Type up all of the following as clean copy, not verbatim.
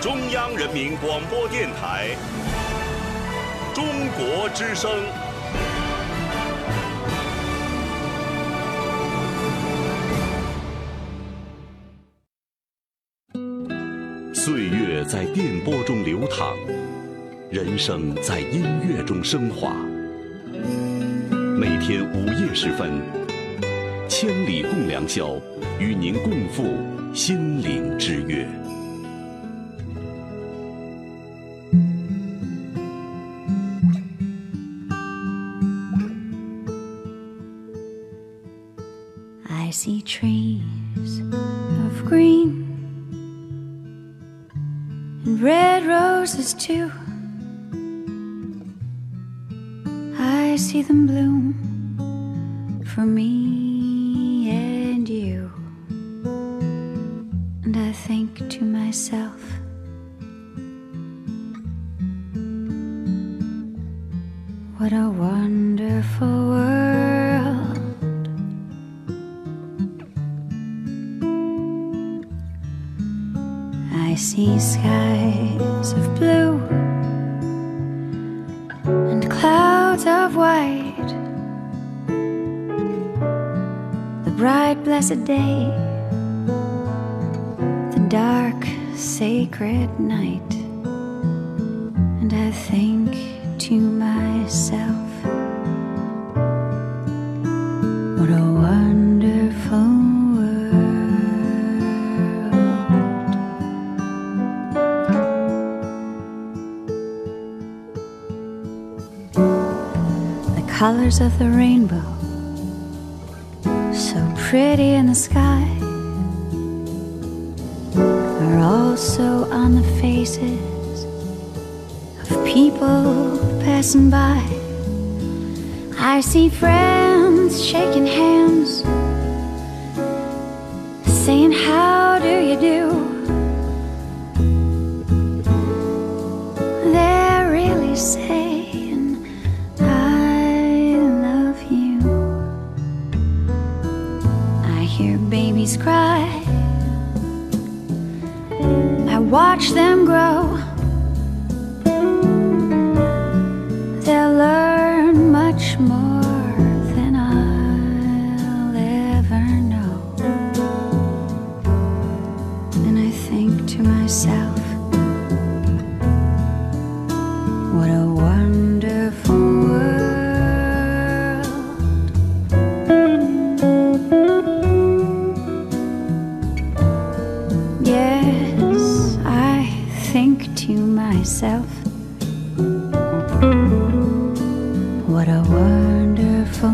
中央人民广播电台中国之声。岁月在电波中流淌，人生在音乐中升华。每天午夜时分，千里共良宵，与您共赴心灵之约。 I see trees of green and red roses too. I see them bloom for me and you. And I think to myself, what a wonderful world. I see skies of blue and clouds of white, the bright blessed day, the dark sacred night. And I think to myself, what a wonderful colors of the rainbow, so pretty in the sky, are also on the faces of people passing by. I see friends shaking hands, saying, how do you do? They're really saying, babies cry, I watch them grow. They'll learn much more than I'll ever know. And I think to myself, what a wonderful world. To myself, what a wonderful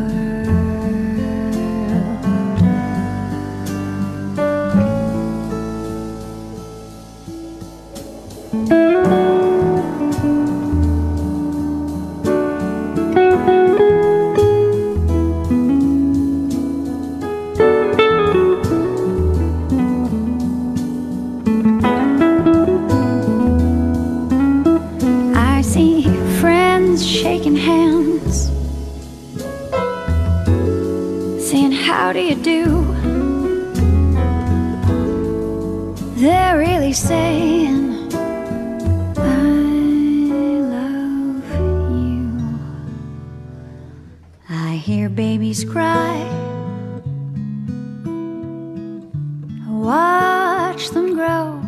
shaking hands, saying, how do you do? They're really saying, I love you. I hear babies cry, I watch them grow.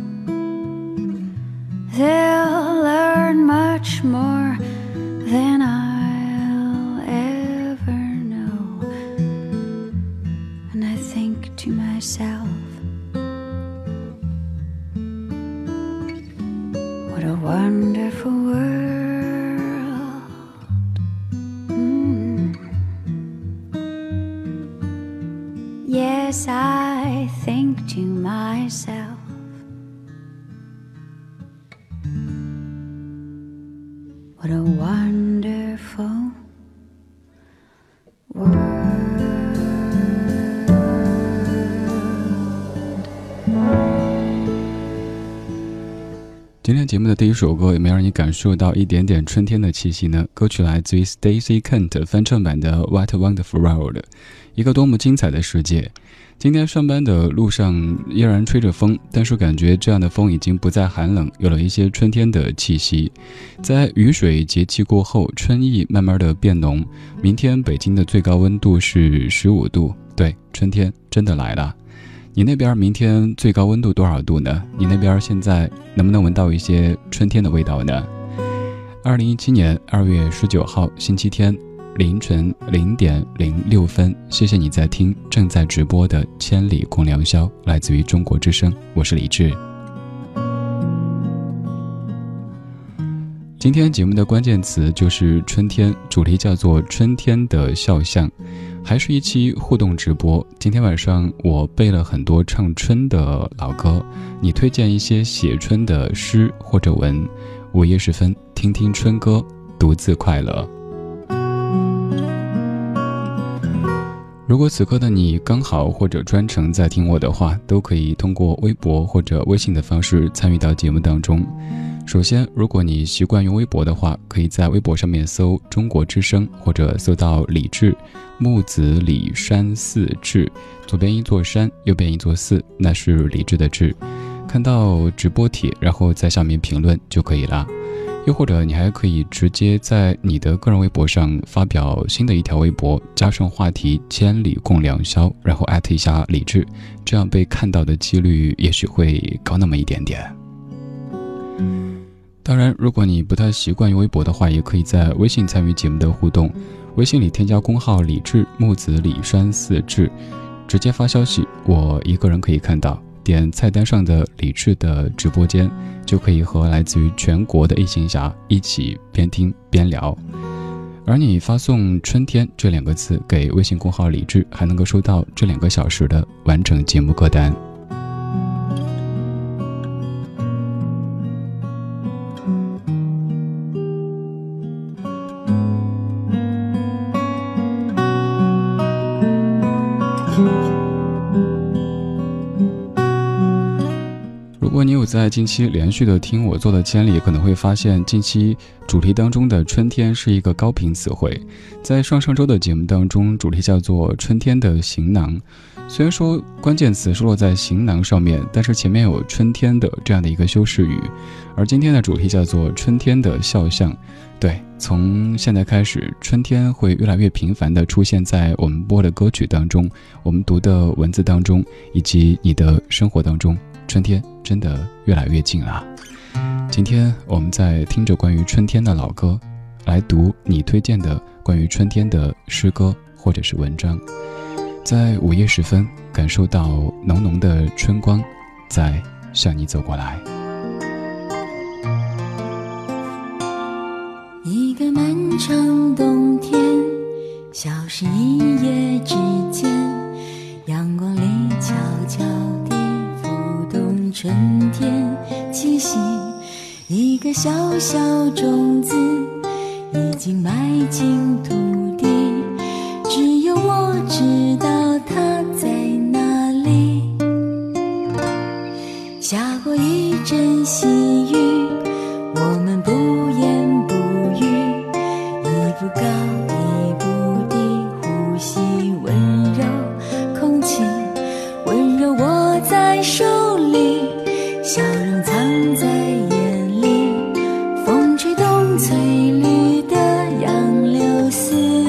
They'll learn much more than I'll ever know. And I think to myself, what a wonderful world. Yes, I think to myself, what a wonderful world. 今天节目的第一首歌有没有让你感受到一点点春天的气息呢？歌曲来自于 Stacey Kent 翻唱版的 What a Wonderful World， 一个多么精彩的世界。今天上班的路上依然吹着风，但是感觉这样的风已经不再寒冷，有了一些春天的气息。在雨水节气过后，春意慢慢的变浓。明天北京的最高温度是15度，对，春天真的来了。你那边明天最高温度多少度呢？你那边现在能不能闻到一些春天的味道呢？2017年2月19号星期天凌晨0点06分，谢谢你在听正在直播的千里共良宵，来自于中国之声，我是李志。今天节目的关键词就是春天，主题叫做春天的肖像，还是一期互动直播。今天晚上我背了很多唱春的老歌，你推荐一些写春的诗或者文。午夜时分，听听春歌，独自快乐。如果此刻的你刚好或者专程在听我的话，都可以通过微博或者微信的方式参与到节目当中。首先，如果你习惯用微博的话，可以在微博上面搜中国之声，或者搜到李志，木子李山寺志，左边一座山，右边一座寺，那是李志的志。看到直播帖，然后在下面评论就可以了。又或者你还可以直接在你的个人微博上发表新的一条微博，加上话题千里共良宵，然后艾特一下李志，这样被看到的几率也许会高那么一点点。当然，如果你不太习惯用微博的话，也可以在微信参与节目的互动。微信里添加公号李志，木子李山寺志，直接发消息，我一个人可以看到。点菜单上的李志的直播间，就可以和来自于全国的异行侠一起边听边聊。而你发送春天这2个字给微信公号李志，还能够收到这2个小时的完整节目歌单。如果你有在近期连续的听我做的千里，可能会发现近期主题当中的春天是一个高频词汇。在上周的节目当中，主题叫做春天的行囊。虽然说关键词是落在行囊上面，但是前面有春天的这样的一个修饰语。而今天的主题叫做春天的肖像。对，从现在开始，春天会越来越频繁地出现在我们播的歌曲当中，我们读的文字当中，以及你的生活当中。春天真的越来越近了。今天我们在听着关于春天的老歌，来读你推荐的关于春天的诗歌或者是文章，在午夜时分感受到浓浓的春光在向你走过来。 一个漫长冬天，消失一夜之间，阳光里悄悄地春天气息，一个小小种子已经埋进土地，只有我知道它在哪里。下过一阵细雨，我们不言不语，一步高一步低，呼吸温柔空气，温柔握在手里，笑容藏在眼里，风吹动翠绿的杨柳丝。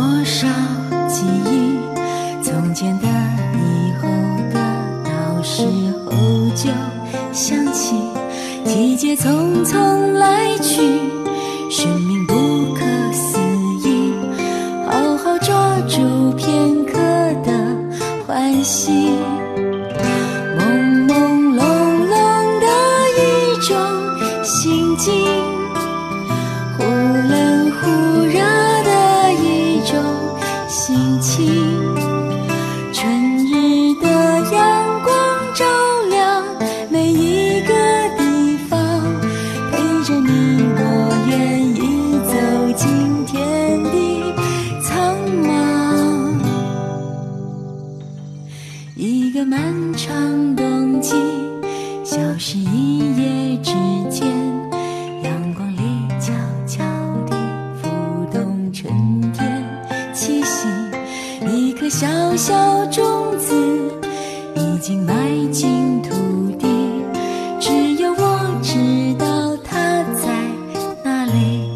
少记忆，从前的以后的，到时候就想起，季节匆匆来去，生命不可思议，好好抓住片刻的欢喜，朦朦胧胧的一种心境，忽冷忽热的一种心情，春日的阳光照亮每一个地方，陪着你我愿意走进天地苍茫。一个漫长冬季消失一夜之间，阳光里悄悄地浮动春天气息，一颗小小种子已经埋进土地，只有我知道它在哪里。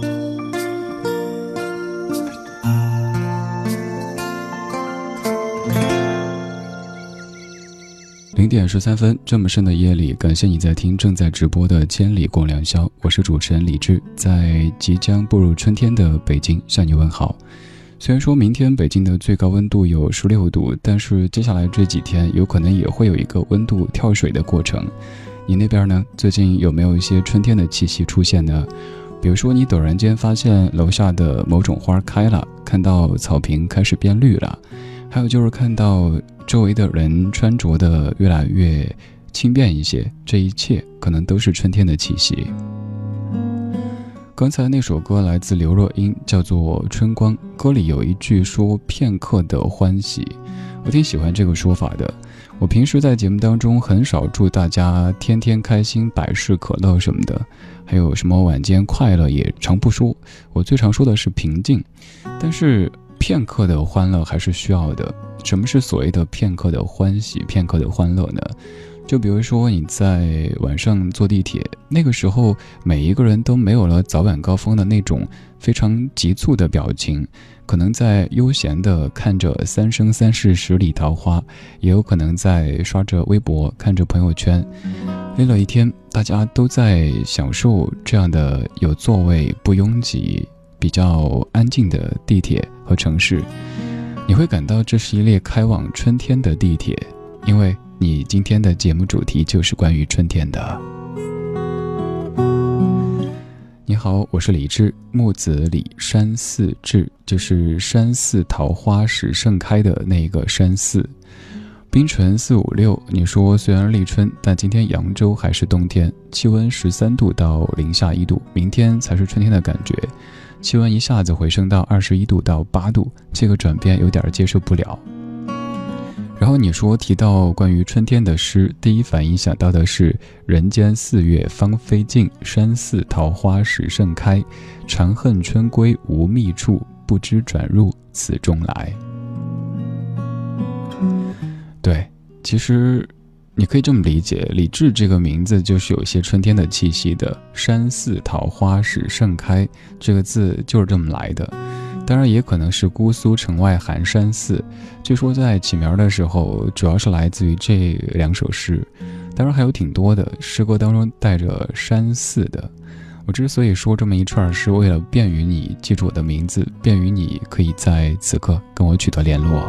0:13，这么深的夜里，感谢你在听正在直播的千里共良宵，我是主持人李志，在即将步入春天的北京向你问好。虽然说明天北京的最高温度有16度，但是接下来这几天有可能也会有一个温度跳水的过程。你那边呢？最近有没有一些春天的气息出现呢？比如说你陡然间发现楼下的某种花开了，看到草坪开始变绿了，还有就是看到周围的人穿着的越来越轻便一些，这一切可能都是春天的气息。刚才那首歌来自刘若英，叫做《春光》，歌里有一句说片刻的欢喜，我挺喜欢这个说法的。我平时在节目当中很少祝大家天天开心，百事可乐什么的，还有什么晚间快乐也常不说，我最常说的是平静。但是片刻的欢乐还是需要的。什么是所谓的片刻的欢喜，片刻的欢乐呢？就比如说你在晚上坐地铁，那个时候每一个人都没有了早晚高峰的那种非常急促的表情，可能在悠闲地看着三生三世十里桃花，也有可能在刷着微博，看着朋友圈。累了一天，大家都在享受这样的有座位、不拥挤、比较安静的地铁和城市，你会感到这是一列开往春天的地铁，因为你今天的节目主题就是关于春天的。你好，我是李志，木子李，山寺志，就是山寺桃花始盛开的那个山寺。冰纯456，你说虽然立春，但今天扬州还是冬天，气温13度到零下1度，明天才是春天的感觉。气温一下子回升到21度到8度，这个转变有点接受不了。然后你说提到关于春天的诗，第一反应想到的是人间4月芳菲尽，山寺桃花始盛开，长恨春归无觅处，不知转入此中来。对，其实你可以这么理解，李志这个名字就是有些春天的气息的，山寺桃花始盛开这个字就是这么来的。当然也可能是姑苏城外寒山寺，据说在起名的时候主要是来自于这2首诗，当然还有挺多的诗歌当中带着山寺的。我之所以说这么一串，是为了便于你记住我的名字，便于你可以在此刻跟我取得联络。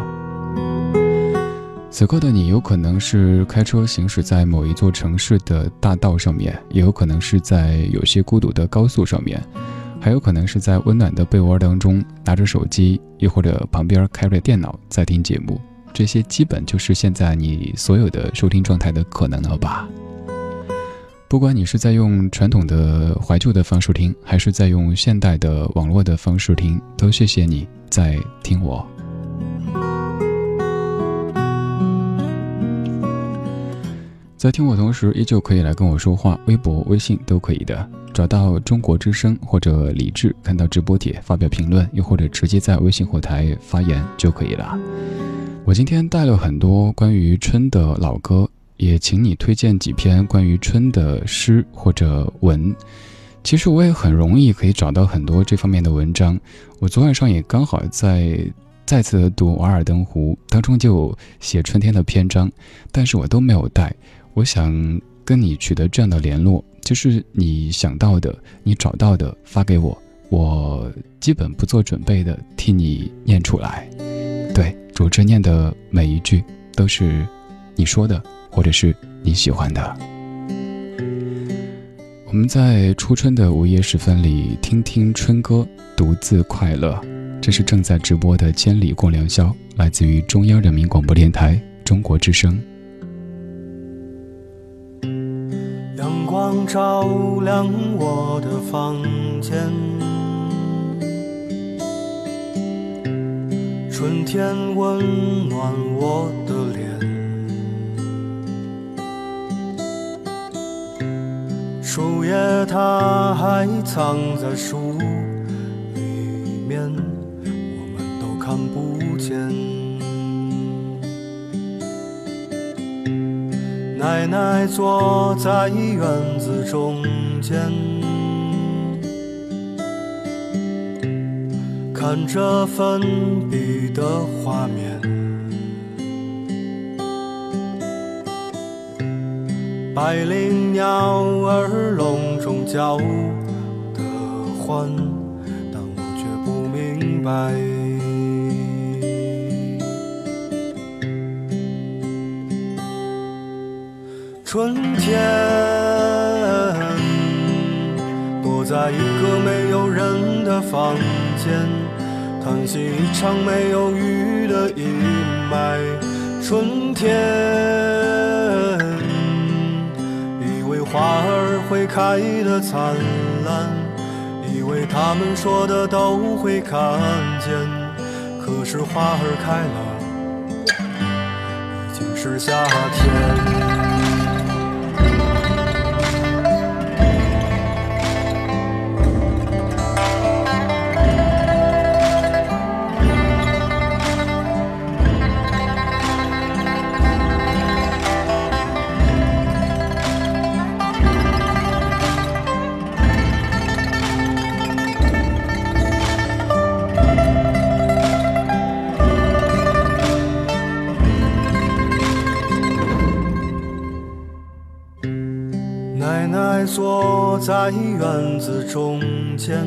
此刻的你有可能是开车行驶在某一座城市的大道上面，也有可能是在有些孤独的高速上面，还有可能是在温暖的被窝当中拿着手机，又或者旁边开着电脑在听节目，这些基本就是现在你所有的收听状态的可能了吧。不管你是在用传统的怀旧的方式听，还是在用现代的网络的方式听，都谢谢你在听我。在听我同时依旧可以来跟我说话，微博微信都可以的，找到中国之声或者李志，看到直播帖发表评论，又或者直接在微信后台发言就可以了。我今天带了很多关于春的老歌，也请你推荐几篇关于春的诗或者文。 其实我也很容易可以找到很多这方面的文章。我昨晚上也刚好再次的读《瓦尔登湖》，当中就有写春天的篇章，但是我都没有带。我想跟你取得这样的联络，就是你想到的，你找到的发给我，我基本不做准备的替你念出来。对，主持念的每一句都是你说的，或者是你喜欢的。我们在初春的午夜时分里听听春歌，独自快乐。这是正在直播的千里共良宵，来自于中央人民广播电台中国之声。 阳光照亮我的房间，春天温暖我的脸，树叶它还藏在树里面，我们都看不见。奶奶坐在院子中间，看着粉笔的画面，百灵鸟儿笼中叫得欢，但我却不明白。春天躲在一个没有人的房间，叹息一场没有雨的阴霾。春天以为花儿会开得灿烂，以为他们说的都会看见，可是花儿开了，已经是夏天。奶奶坐在院子中间，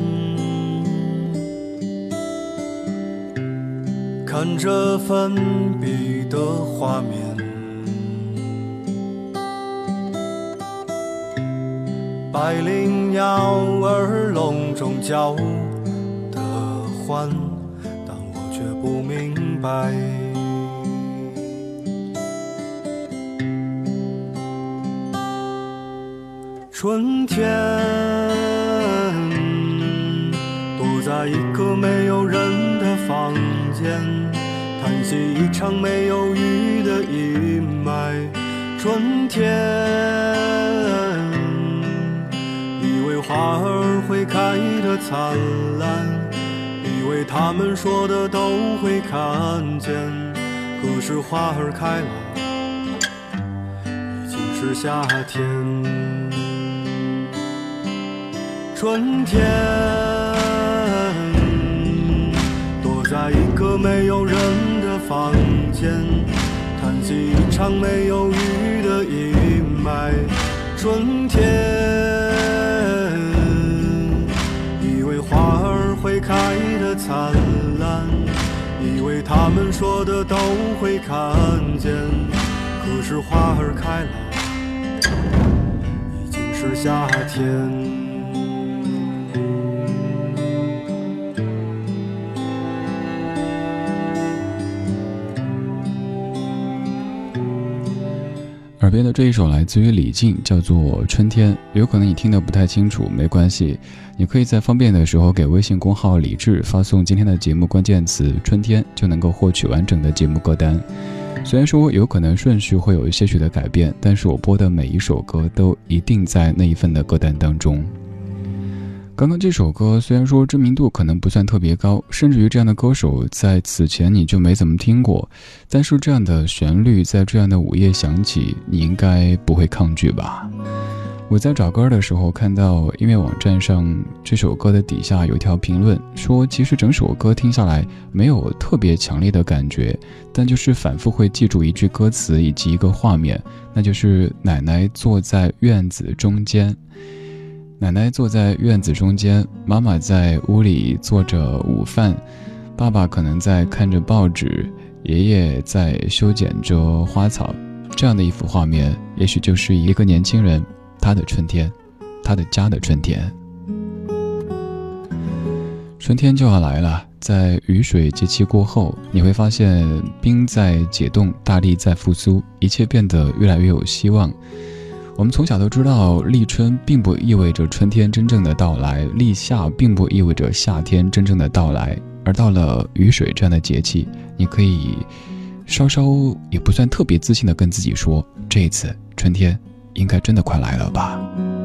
看着粉笔的画面，百灵鸟儿笼中叫得欢，但我却不明白。春天躲在一个没有人的房间，叹息一场没有雨的阴霾。春天以为花儿会开得灿烂，以为他们说的都会看见，可是花儿开了，已经是夏天。春天躲在一个没有人的房间，叹息一场没有雨的阴霾。春天以为花儿会开得灿烂，以为他们说的都会看见，可是花儿开了，已经是夏天。 耳边的这一首来自于李静，叫做《春天》，有可能你听得不太清楚，没关系，你可以在方便的时候给微信公号李志发送今天的节目关键词“春天”，就能够获取完整的节目歌单。虽然说有可能顺序会有一些许的改变，但是我播的每一首歌都一定在那一份的歌单当中。刚刚这首歌虽然说知名度可能不算特别高，甚至于这样的歌手在此前你就没怎么听过，但是这样的旋律在这样的午夜响起，你应该不会抗拒吧。 我在找歌的时候看到音乐网站上这首歌的底下有一条评论说，其实整首歌听下来没有特别强烈的感觉，但就是反复会记住一句歌词以及一个画面，那就是奶奶坐在院子中间。奶奶坐在院子中间，妈妈在屋里做着午饭，爸爸可能在看着报纸，爷爷在修剪着花草。这样的一幅画面，也许就是一个年轻人他的春天，他的家的春天。春天就要来了，在雨水节气过后，你会发现冰在解冻，大地在复苏，一切变得越来越有希望。我们从小都知道，立春并不意味着春天真正的到来，立夏并不意味着夏天真正的到来，而到了雨水这样的节气，你可以稍稍也不算特别自信地跟自己说，这一次春天应该真的快来了吧。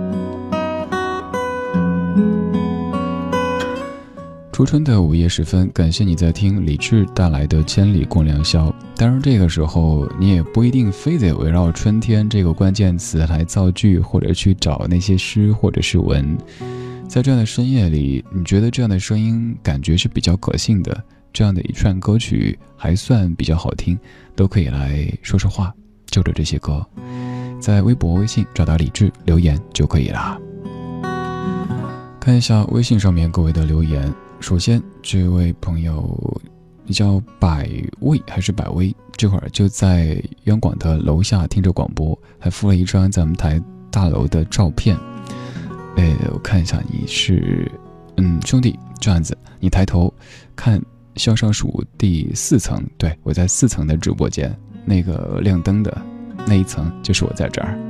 初春的午夜时分，感谢你在听李志带来的千里共良宵。当然这个时候你也不一定非得围绕春天这个关键词来造句，或者去找那些诗或者是文。在这样的深夜里，你觉得这样的声音感觉是比较可信的，这样的一串歌曲还算比较好听，都可以来说说话，就着这些歌在微博微信找到李志留言就可以了。看一下微信上面各位的留言。首先这位朋友你叫百味还是百威，这会儿就在央广的楼下听着广播，还附了一张咱们台大楼的照片。我看一下，你是兄弟，这样子你抬头看向上数第4层，对，我在4层的直播间，那个亮灯的那一层就是我在这儿。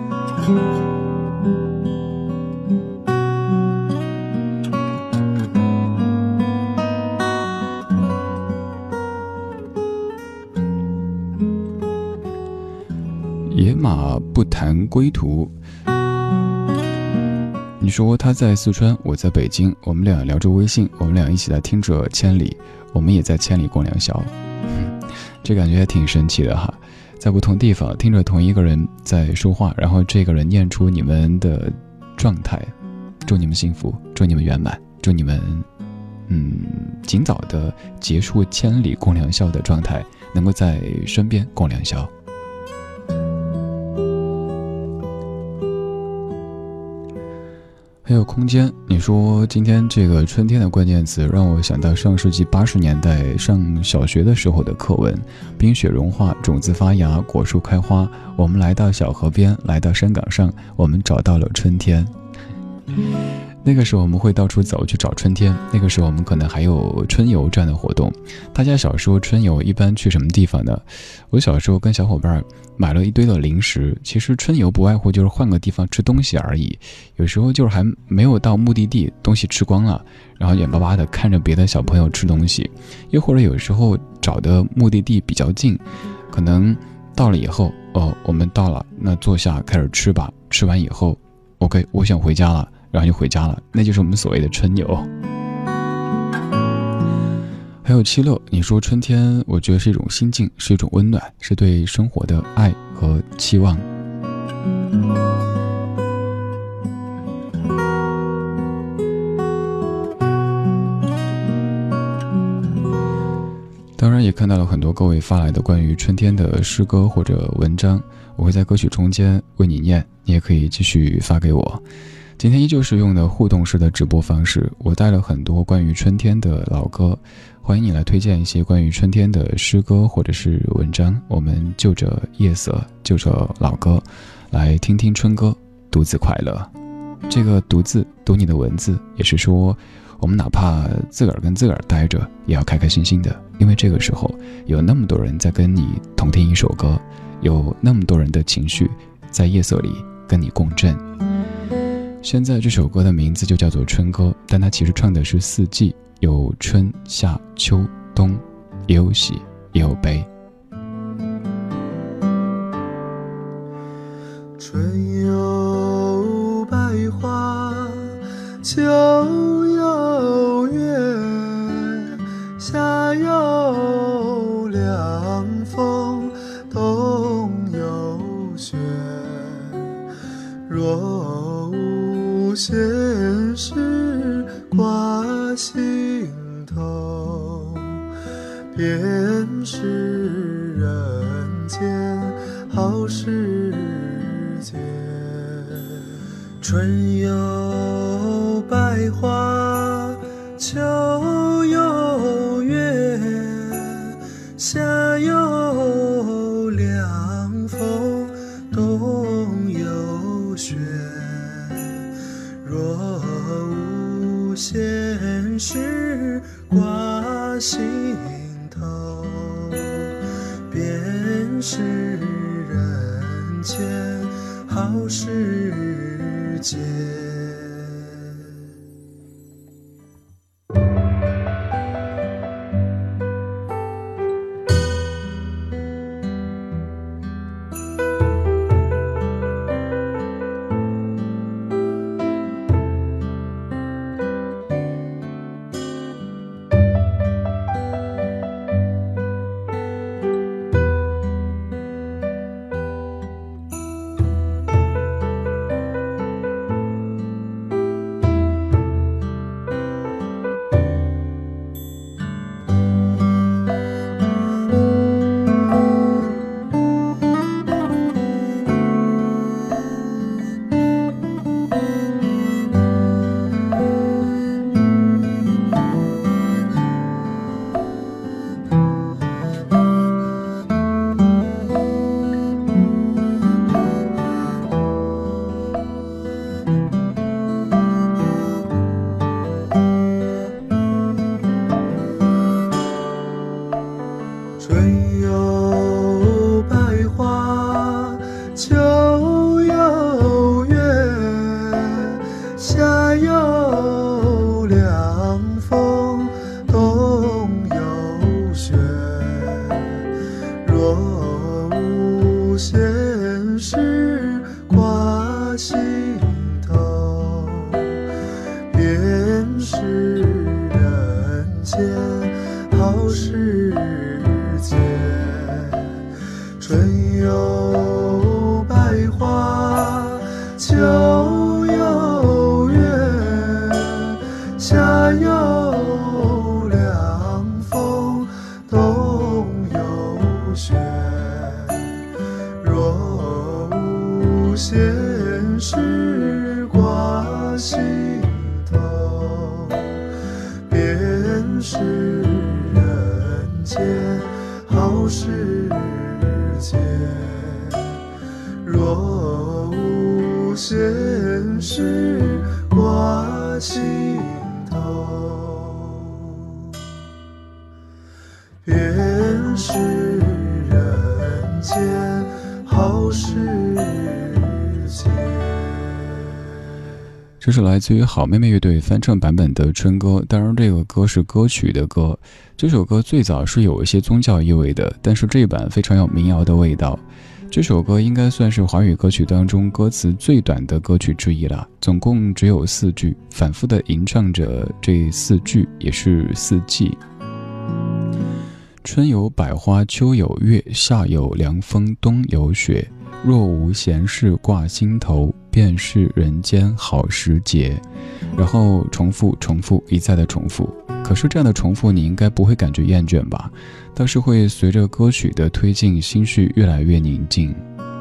野马不谈归途，你说他在四川，我在北京，我们俩聊着微信，我们俩一起在听着千里，我们也在千里共良宵。这感觉还挺神奇的哈，在不同地方听着同一个人在说话，然后这个人念出你们的状态，祝你们幸福，祝你们圆满，祝你们尽早的结束千里共良宵的状态，能够在身边共良宵。还有空间，你说今天这个春天的关键词让我想到上世纪80年代上小学的时候的课文，冰雪融化，种子发芽，果树开花，我们来到小河边，来到山岗上，我们找到了春天。那个时候我们会到处走去找春天，那个时候我们可能还有春游这样的活动。大家小时候春游一般去什么地方呢？我小时候跟小伙伴买了一堆的零食，其实春游不外乎就是换个地方吃东西而已，有时候就是还没有到目的地，东西吃光了，然后眼巴巴的看着别的小朋友吃东西，又或者有时候找的目的地比较近，可能到了以后我们到了，那坐下开始吃吧，吃完以后 OK 我想回家了，然后就回家了，那就是我们所谓的春游。还有七乐，你说春天我觉得是一种心境，是一种温暖，是对生活的爱和期望。当然也看到了很多各位发来的关于春天的诗歌或者文章，我会在歌曲中间为你念，你也可以继续发给我。今天依旧是用的互动式的直播方式，我带了很多关于春天的老歌，欢迎你来推荐一些关于春天的诗歌或者是文章，我们就着夜色，就着老歌来听听春歌，独自快乐。这个独自读你的文字，也是说我们哪怕自个儿跟自个儿待着也要开开心心的，因为这个时候有那么多人在跟你同听一首歌，有那么多人的情绪在夜色里跟你共振。现在这首歌的名字就叫做春歌，但它其实唱的是四季，有春夏秋冬，也有喜也有悲。 春有百花，秋有月，夏有凉风，冬有雪。若是人间好时节。春有百花，秋有月，夏有凉风，冬有雪。若无闲事挂心头，便是人间好时节。春有百花，秋有月，夏有凉风，冬有雪。若无闲事挂心头，便是人间好时节。春有百花，秋有月，夏有凉风，冬有雪。若无闲事挂心头，便是人间好时节。若无闲事挂心头，便是人间好时节。 这是来自于好妹妹乐队翻唱版本的《春歌》，当然这个歌是歌曲的歌。这首歌最早是有一些宗教意味的，但是这一版非常有民谣的味道。这首歌应该算是华语歌曲当中歌词最短的歌曲之一了，总共只有4句，反复的吟唱着这4句，也是4季。春有百花，秋有月，夏有凉风，冬有雪。若无闲事挂心头，便是人间好时节。然后重复一再的重复，可是这样的重复你应该不会感觉厌倦吧，倒是会随着歌曲的推进，心绪越来越宁静。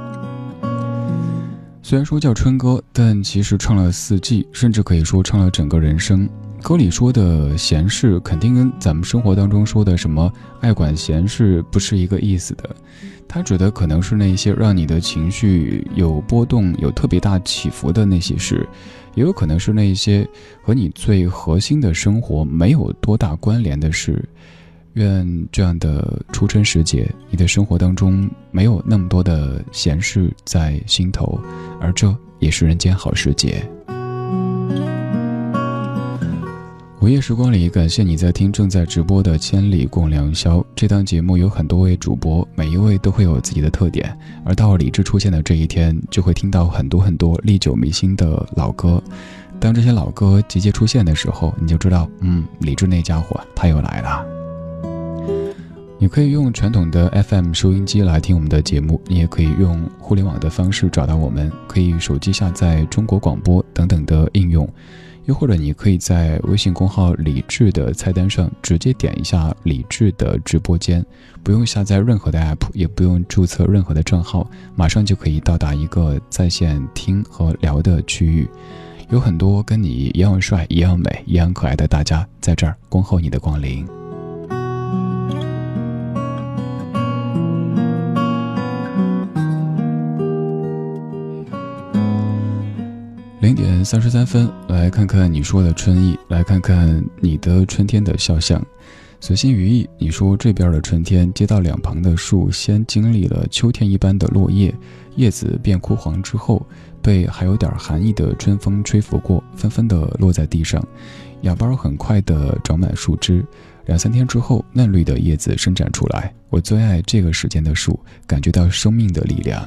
虽然说叫春歌，但其实唱了4季，甚至可以说唱了整个人生。歌里说的闲事肯定跟咱们生活当中说的什么爱管闲事不是一个意思的，它指的可能是那些让你的情绪有波动有特别大起伏的那些事，也有可能是那些和你最核心的生活没有多大关联的事。愿这样的初春时节，你的生活当中没有那么多的闲事在心头，而这也是人间好时节。午夜时光里，感谢你在听正在直播的千里共良宵。这档节目有很多位主播，每一位都会有自己的特点，而到理智出现的这一天，就会听到很多历久弥新的老歌。当这些老歌集结出现的时候，你就知道理智那家伙他又来了。你可以用传统的 FM 收音机来听我们的节目，你也可以用互联网的方式找到我们，可以手机下载中国广播等等的应用， 又或者你可以在微信公号李志的菜单上直接点一下李志的直播间，不用下载任何的 app， 也不用注册任何的账号，马上就可以到达一个在线听和聊的区域。有很多跟你一样帅、一样美、一样可爱的大家在这儿恭候你的光临。0点33分，来看看你说的春意，来看看你的春天的肖像。随心于意，你说这边的春天，街道两旁的树先经历了秋天一般的落叶，叶子变枯黄之后，被还有点寒意的春风吹拂过，纷纷地落在地上，哑巴很快地长满树枝，2-3天之后，嫩绿的叶子伸展出来。我最爱这个时间的树，感觉到生命的力量。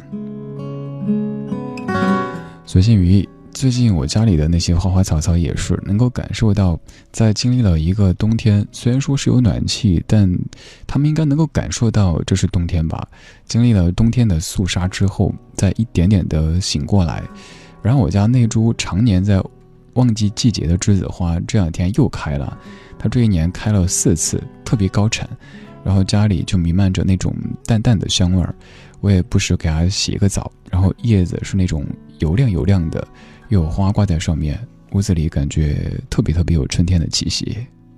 随心于意，最近我家里的那些花花草草也是能够感受到，在经历了一个冬天，虽然说是有暖气，但他们应该能够感受到这是冬天吧。经历了冬天的肃杀之后，再一点点的醒过来。然后我家那株常年在忘记季节的栀子花，这2天又开了，它这一年开了4次，特别高产，然后家里就弥漫着那种淡淡的香味儿。我也不时给它洗一个澡，然后叶子是那种油亮油亮的，又有花挂在上面，屋子里感觉特别特别有春天的气息。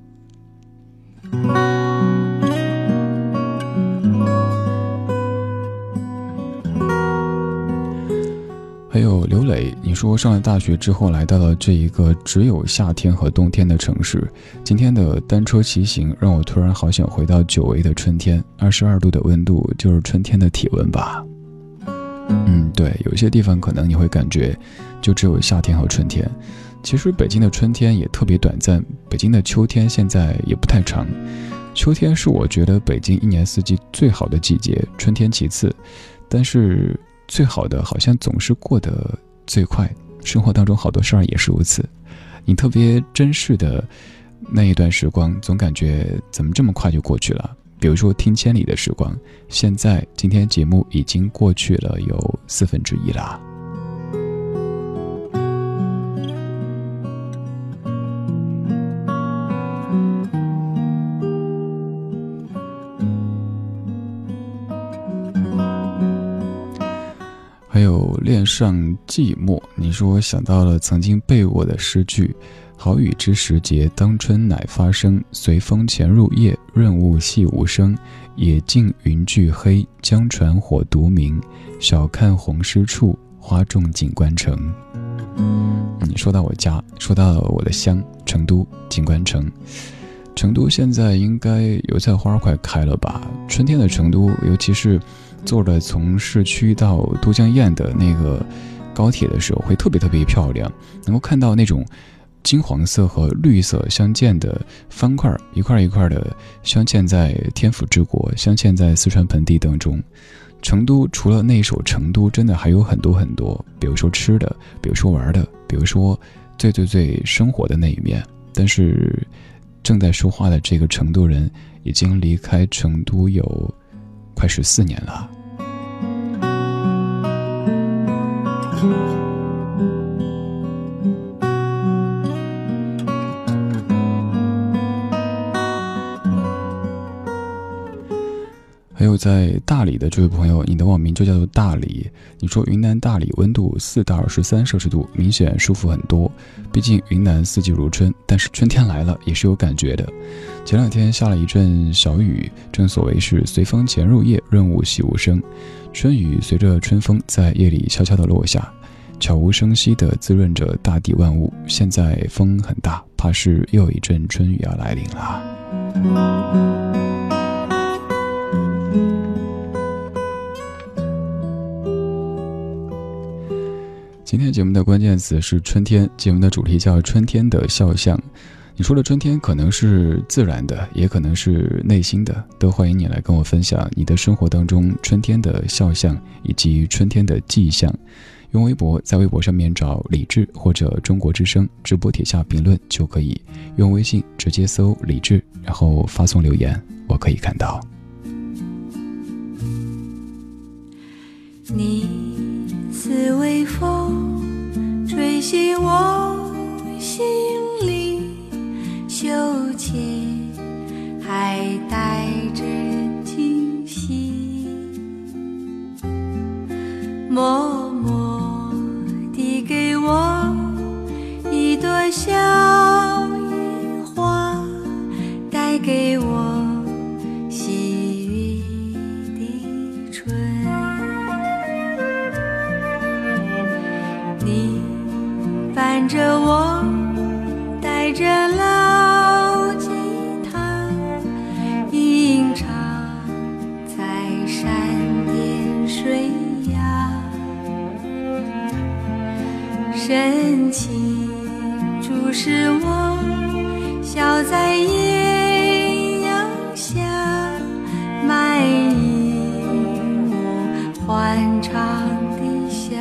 还有刘磊，你说上了大学之后来到了这一个只有夏天和冬天的城市，今天的单车骑行让我突然好想回到久违的春天，22度的温度就是春天的体温吧。对，有些地方可能你会感觉就只有夏天和春天，其实北京的春天也特别短暂，北京的秋天现在也不太长。秋天是我觉得北京一年四季最好的季节，春天其次，但是最好的好像总是过得最快，生活当中好多事儿也是如此。你特别珍视的那一段时光，总感觉怎么这么快就过去了。比如说听千里的时光，现在今天节目已经过去了有1/4啦。还有恋上寂寞，你说想到了曾经背过的诗句，好雨知时节，当春乃发生，随风潜入夜，润物细无声，野径云俱黑，江船火独明，晓看红湿处，花重锦官城。说到我家，说到我的乡成都锦官城，成都现在应该油菜花快开了吧。春天的成都，尤其是坐着从市区到都江堰的那个高铁的时候，会特别特别漂亮，能够看到那种金黄色和绿色相间的方块，一块一块的镶嵌在天府之国，镶嵌在四川盆地当中。成都除了那一首成都，真的还有很多很多，比如说吃的，比如说玩的，比如说最最最生活的那一面。但是正在说话的这个成都人已经离开成都有快14年了。还有在大理的这位朋友，你的网名就叫做大理，你说云南大理温度4到23摄氏度，明显舒服很多。毕竟云南四季如春，但是春天来了也是有感觉的。前2天下了一阵小雨，正所谓是随风潜入夜，润物细无声。春雨随着春风在夜里悄悄地落下，悄无声息地滋润着大地万物。现在风很大，怕是又有一阵春雨要来临了。今天节目的关键词是春天，节目的主题叫春天的肖像。你说的春天可能是自然的，也可能是内心的，都欢迎你来跟我分享你的生活当中春天的肖像以及春天的迹象。用微博，在微博上面找李志或者中国之声直播帖下评论就可以，用微信直接搜李志，然后发送留言，我可以看到。 你似微风吹醒我心着我，带着老吉他，吟唱在山巅水崖，深情注视我，笑在艳阳下，埋影我欢唱的笑。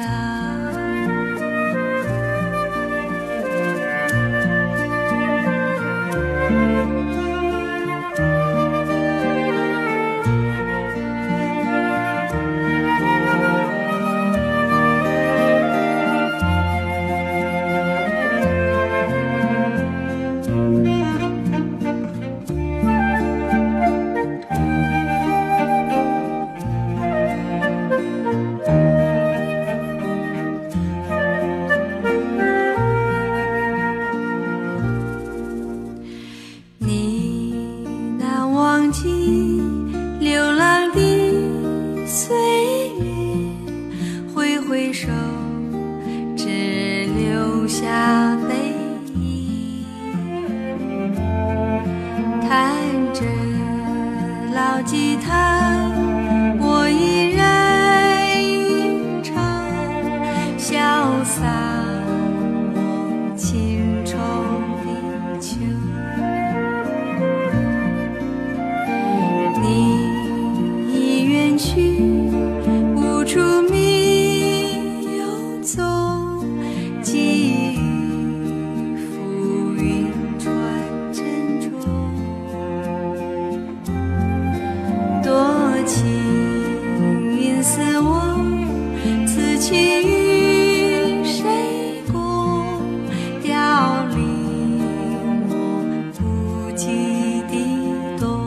吉他，我依然吟唱，潇洒我情愁的秋。你已远去，无处觅游踪，寄予浮云传珍重。多情云似我，此情与谁共？凋零我不羁的冬。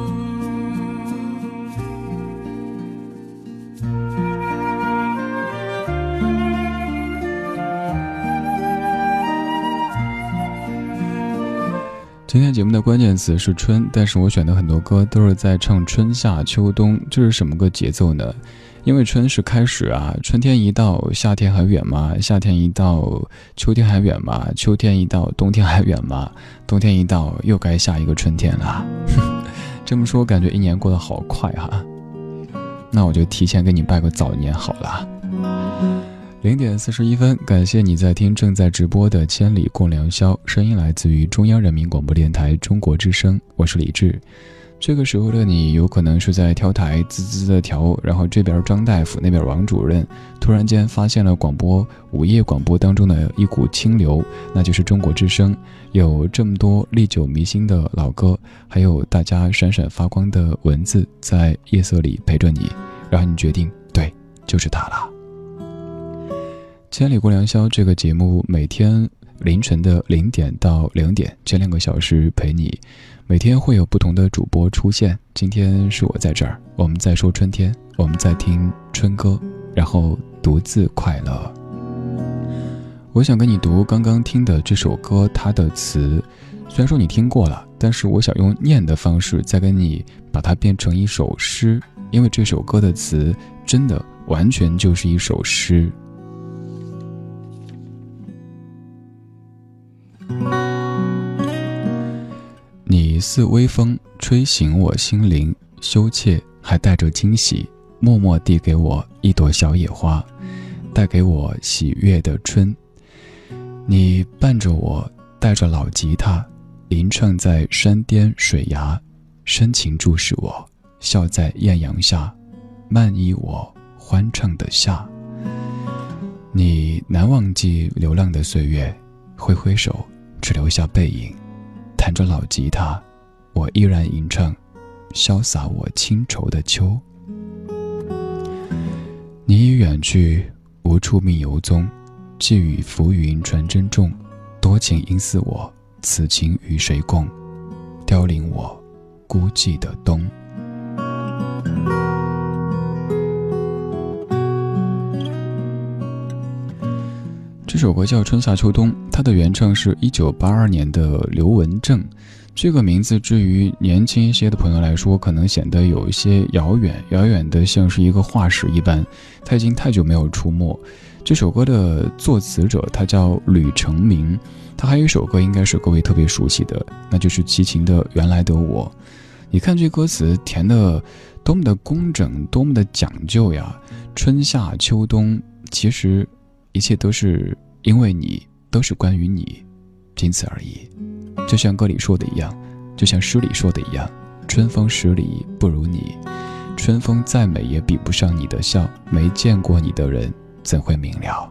今天节目的关键词是春，但是我选的很多歌都是在唱春夏秋冬，这是什么个节奏呢？因为春是开始啊，春天一到，夏天还远吗？夏天一到，秋天还远吗？秋天一到，冬天还远吗？冬天一到，又该下一个春天了。这么说，感觉一年过得好快哈。那我就提前给你拜个早年好了。0点41分，感谢你在听正在直播的《千里共良宵》，声音来自于中央人民广播电台中国之声，我是李志。这个时候的你有可能是在调台滋滋的调，然后这边张大夫那边王主任突然间发现了午夜广播当中的一股清流，那就是中国之声，有这么多历久弥新的老歌，还有大家闪闪发光的文字在夜色里陪着你，然后你决定对，就是它了。千里共良宵这个节目每天凌晨的0点到0点，这2个小时陪你。每天会有不同的主播出现，今天是我在这儿，我们在说春天，我们在听春歌，然后独自快乐。我想跟你读刚刚听的这首歌，它的词虽然说你听过了，但是我想用念的方式再跟你把它变成一首诗，因为这首歌的词真的完全就是一首诗。你似微风吹醒我心灵，羞怯还带着惊喜，默默递给我一朵小野花，带给我喜悦的春。你伴着我，带着老吉他，吟唱在山巅水崖，深情注视我，笑在艳阳下，漫溢我欢唱的夏。你难忘记流浪的岁月，挥挥手只留下背影，弹着老吉他，我依然吟唱，潇洒我清愁的秋。你已远去，无处觅游踪，寄予浮云传珍重，多情应似我，此情与谁共？凋零我孤寂的冬。这首歌叫《春夏秋冬》，它的原唱是1982年的刘文正， 这个名字至于年轻一些的朋友来说，可能显得有一些遥远，遥远的像是一个化石一般，他已经太久没有出没。这首歌的作词者他叫吕成明，他还有一首歌应该是各位特别熟悉的，那就是齐秦的《原来的我》。你看这歌词填的多么的工整，多么的讲究呀！春夏秋冬，其实一切都是因为你，都是关于你，仅此而已。就像歌里说的一样，就像诗里说的一样，春风十里不如你，春风再美也比不上你的笑，没见过你的人怎会明了。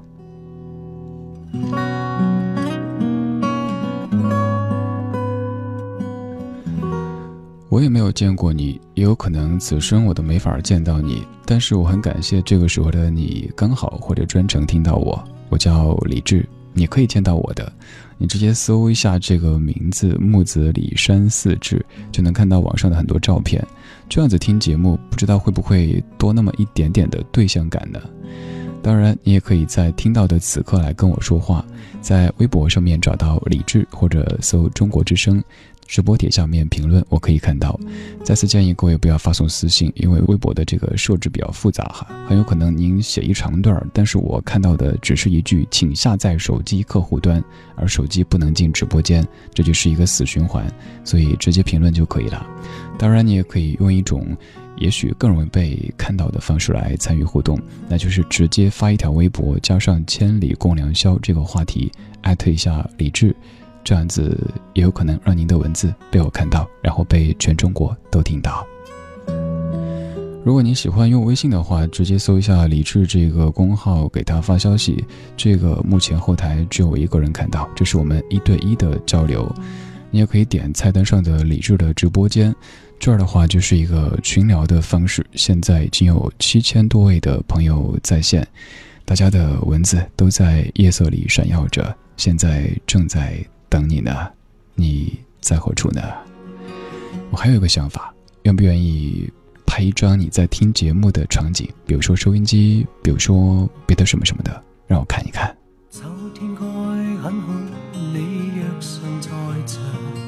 我也没有见过你，也有可能此生我都没法见到你，但是我很感谢这个时候的你刚好或者专程听到我。我叫李志，你可以见到我的，你直接搜一下这个名字木子李山四志，就能看到网上的很多照片。这样子听节目，不知道会不会多那么一点点的对象感呢？当然你也可以在听到的此刻来跟我说话，在微博上面找到李志，或者搜中国之声直播帖下面评论，我可以看到。再次建议各位不要发送私信，因为微博的这个设置比较复杂哈，很有可能您写一长段，但是我看到的只是一句请下载手机客户端，而手机不能进直播间，这就是一个死循环，所以直接评论就可以了。当然你也可以用一种也许更容易被看到的方式来参与互动，那就是直接发一条微博，加上千里共良宵这个话题，艾特一下李志，这样子也有可能让您的文字被我看到，然后被全中国都听到。如果你喜欢用微信的话，直接搜一下李志这个公号，给他发消息，这个目前后台只有我一个人看到，这是我们1对1的交流。你也可以点菜单上的李志的直播间，这儿的话就是一个群聊的方式，现在已经有7000多位的朋友在线，大家的文字都在夜色里闪耀着，现在正在等你呢，你在何处呢？我还有一个想法，愿不愿意拍一张你在听节目的场景，比如说收音机，比如说别的什么什么的，让我看一看。 秋天該很好，你若尚在場，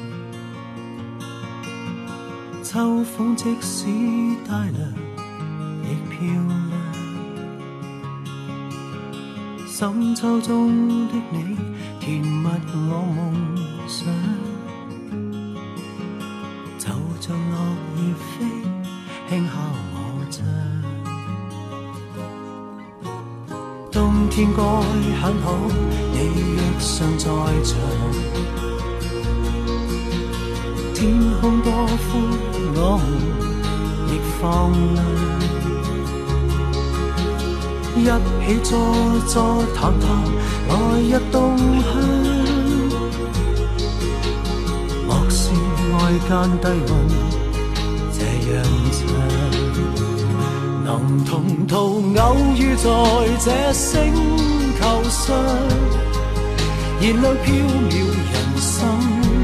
秋風即使帶涼亦漂亮，深秋中的你填密我夢想，就像落葉飛輕敲我窗，冬天該很好，你若尚在場，天空多寬，我們亦放亮，一起坐坐談談來日動向，莫視外間低溫這樣長，能同途偶遇在這星球上，燃亮飄渺人生，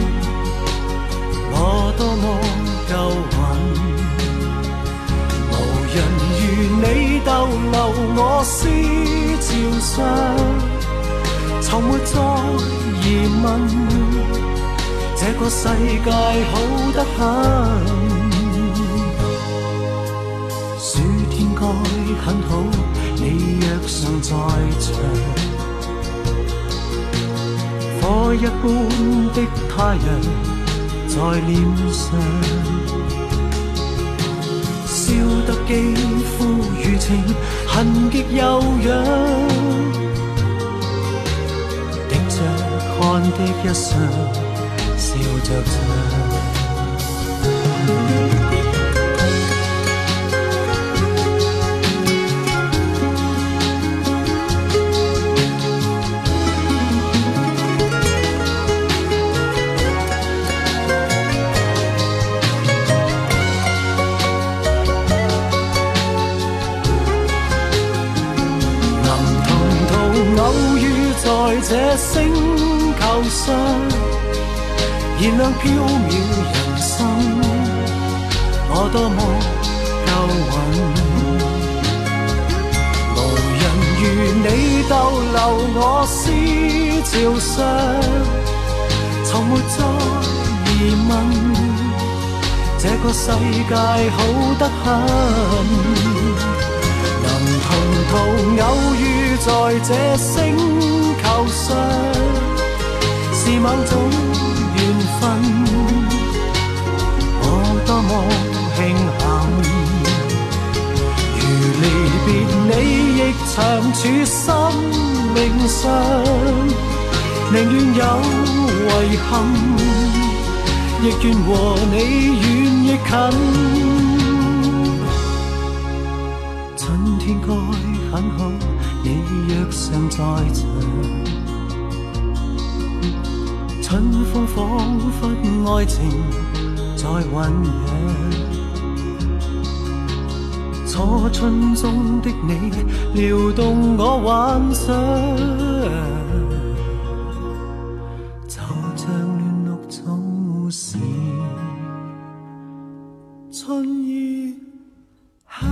我多麼夠運，無人如你逗留我思潮上，從沒再疑問，這個世界好得很，暑天該很好，你若尚在場，火一般的太陽在臉上，燒得肌膚如情，痕極悠揚，滴着汗的一雙，笑着唱。偶遇在這星球上，燃亮飄渺人生，我多麼夠運，無人如你逗留我思潮上，從沒再疑问，这个世界好得很，能同途偶遇在这星球上，是某种缘分，我多么庆幸。如离别你亦长处生命上，宁愿有遗憾，亦愿和你远亦近。春天该很好，你若尚在场，春风仿佛爱情在酝酿。初春中的你撩动我幻想，就像乱绿草时春意香。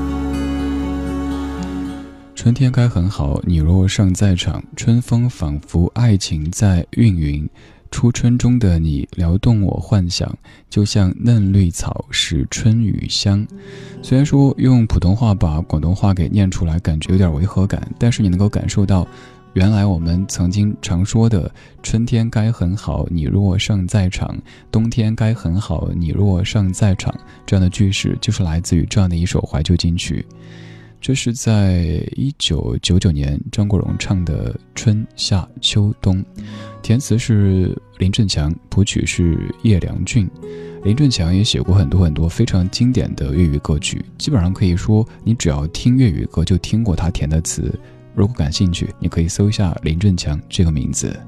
春天该很好，你若尚在场，春风仿佛爱情在孕育。初春中的你撩动我幻想，就像嫩绿草使春雨香。虽然说用普通话把广东话给念出来感觉有点违和感，但是你能够感受到原来我们曾经常说的春天该很好，你若尚在场，冬天该很好，你若尚在场，这样的句式就是来自于这样的一首怀旧金曲。这是在1999年张国荣唱的《春夏秋冬》，填词是林振强，谱曲是叶良俊。林振强也写过很多非常经典的粤语歌曲，基本上可以说你只要听粤语歌就听过他填的词。如果感兴趣，你可以搜一下林振强这个名字。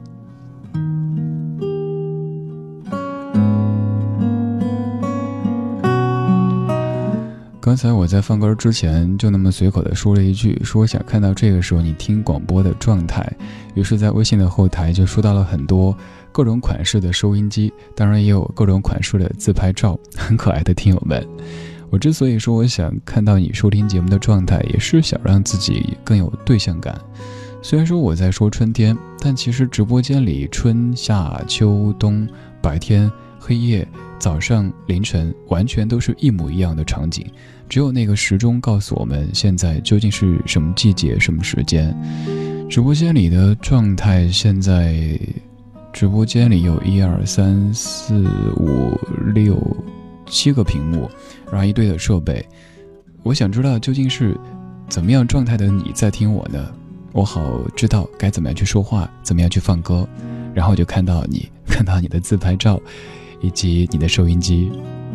刚才我在放歌之前就那么随口的说了一句，说想看到这个时候你听广播的状态，于是在微信的后台就收到了很多各种款式的收音机，当然也有各种款式的自拍照，很可爱的听友们。我之所以说我想看到你收听节目的状态，也是想让自己更有对象感。虽然说我在说春天，但其实直播间里春夏秋冬，白天黑夜早上凌晨完全都是一模一样的场景，只有那个时钟告诉我们现在究竟是什么季节什么时间。直播间里的状态，现在直播间里有1、2、3、4、5、6、7个屏幕，然后一堆的设备。我想知道究竟是怎么样状态的你在听我呢？我好知道该怎么样去说话，怎么样去放歌，然后就看到你的自拍照以及你的收音机。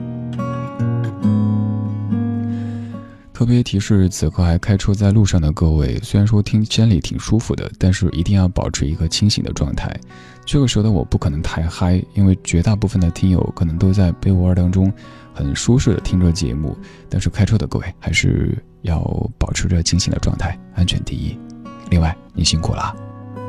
特别提示此刻还开车在路上的各位，虽然说听监里挺舒服的，但是一定要保持一个清醒的状态。这个时候的我不可能太嗨，因为绝大部分的听友可能都在被窝当中很舒适的听着节目，但是开车的各位还是要保持着清醒的状态，安全第一。另外你辛苦了。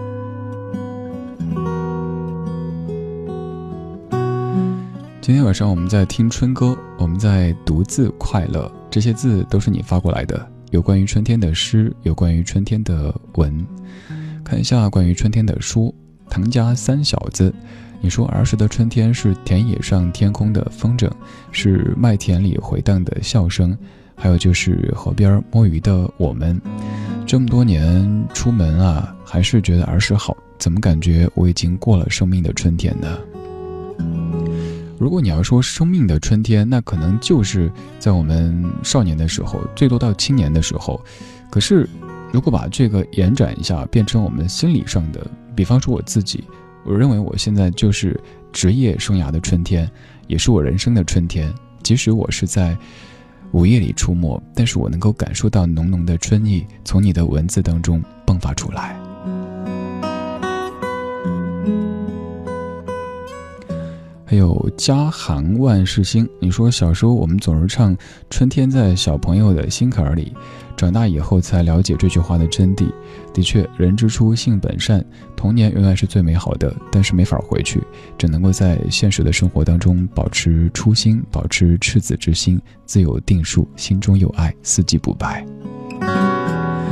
今天晚上我们在听春歌，我们在读字快乐，这些字都是你发过来的，有关于春天的诗，有关于春天的文。看一下关于春天的书，唐家三小子，你说儿时的春天是田野上天空的风筝，是麦田里回荡的笑声，还有就是河边摸鱼的我们。这么多年出门啊，还是觉得儿时好，怎么感觉我已经过了生命的春天呢？如果你要说生命的春天，那可能就是在我们少年的时候，最多到青年的时候。可是如果把这个延展一下，变成我们心理上的，比方说我自己，我认为我现在就是职业生涯的春天，也是我人生的春天。即使我是在午夜里出没，但是我能够感受到浓浓的春意从你的文字当中迸发出来。还有家行万事兴，你说小时候我们总是唱春天在小朋友的心坎里，长大以后才了解这句话的真谛。的确，人之初性本善，童年永远是最美好的，但是没法回去，只能够在现实的生活当中保持初心，保持赤子之心，自有定数，心中有爱，四季不白。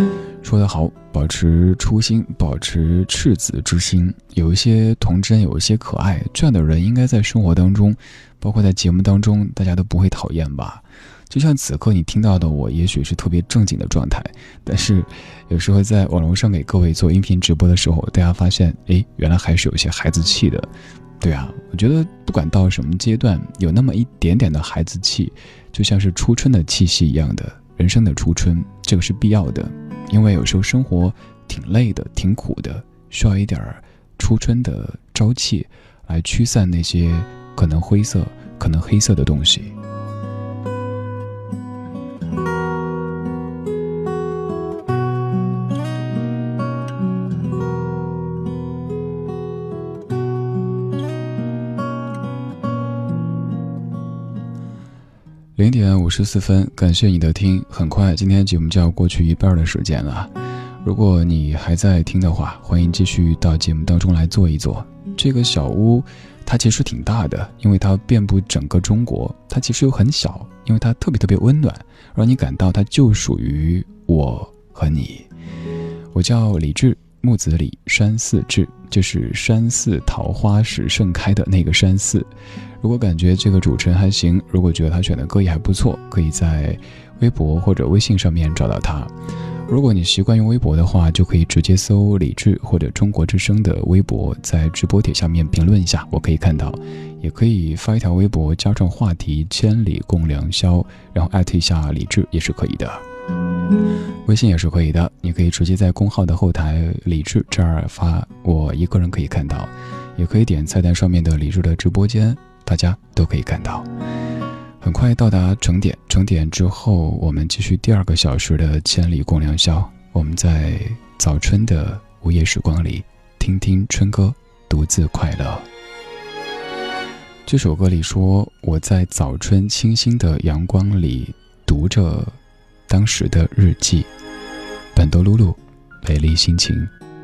说得好，保持初心，保持赤子之心，有一些童真，有一些可爱，这样的人应该在生活当中，包括在节目当中，大家都不会讨厌吧。就像此刻你听到的我也许是特别正经的状态，但是有时候在网络上给各位做音频直播的时候，大家发现原来还是有些孩子气的。对啊，我觉得不管到什么阶段，有那么一点点的孩子气，就像是初春的气息一样的，人生的初春，这个是必要的。因为有时候生活挺累的，挺苦的，需要一点初春的朝气来驱散那些可能灰色可能黑色的东西。0点54分，感谢你的听。很快今天节目就要过去一半的时间了，如果你还在听的话，欢迎继续到节目当中来坐一坐。这个小屋它其实挺大的，因为它遍布整个中国，它其实又很小，因为它特别温暖，让你感到它就属于我和你。我叫李志，木子李，山寺志，就是山寺桃花时盛开的那个山寺。如果感觉这个主持人还行，如果觉得他选的歌也还不错，可以在微博或者微信上面找到他。如果你习惯用微博的话，就可以直接搜李志或者中国之声的微博，在直播帖下面评论一下，我可以看到。也可以发一条微博加上话题千里共良宵，然后艾特一下李志也是可以的。微信也是可以的，你可以直接在公号的后台李志这儿发，我一个人可以看到，也可以点菜单上面的李志的直播间，大家都可以看到。很快到达整点，整点之后我们继续第2个小时的千里共良宵。我们在早春的午夜时光里听听春歌，独自快乐。这首歌里说，我在早春清新的阳光里读着当时的日记。本多露露，美丽心情。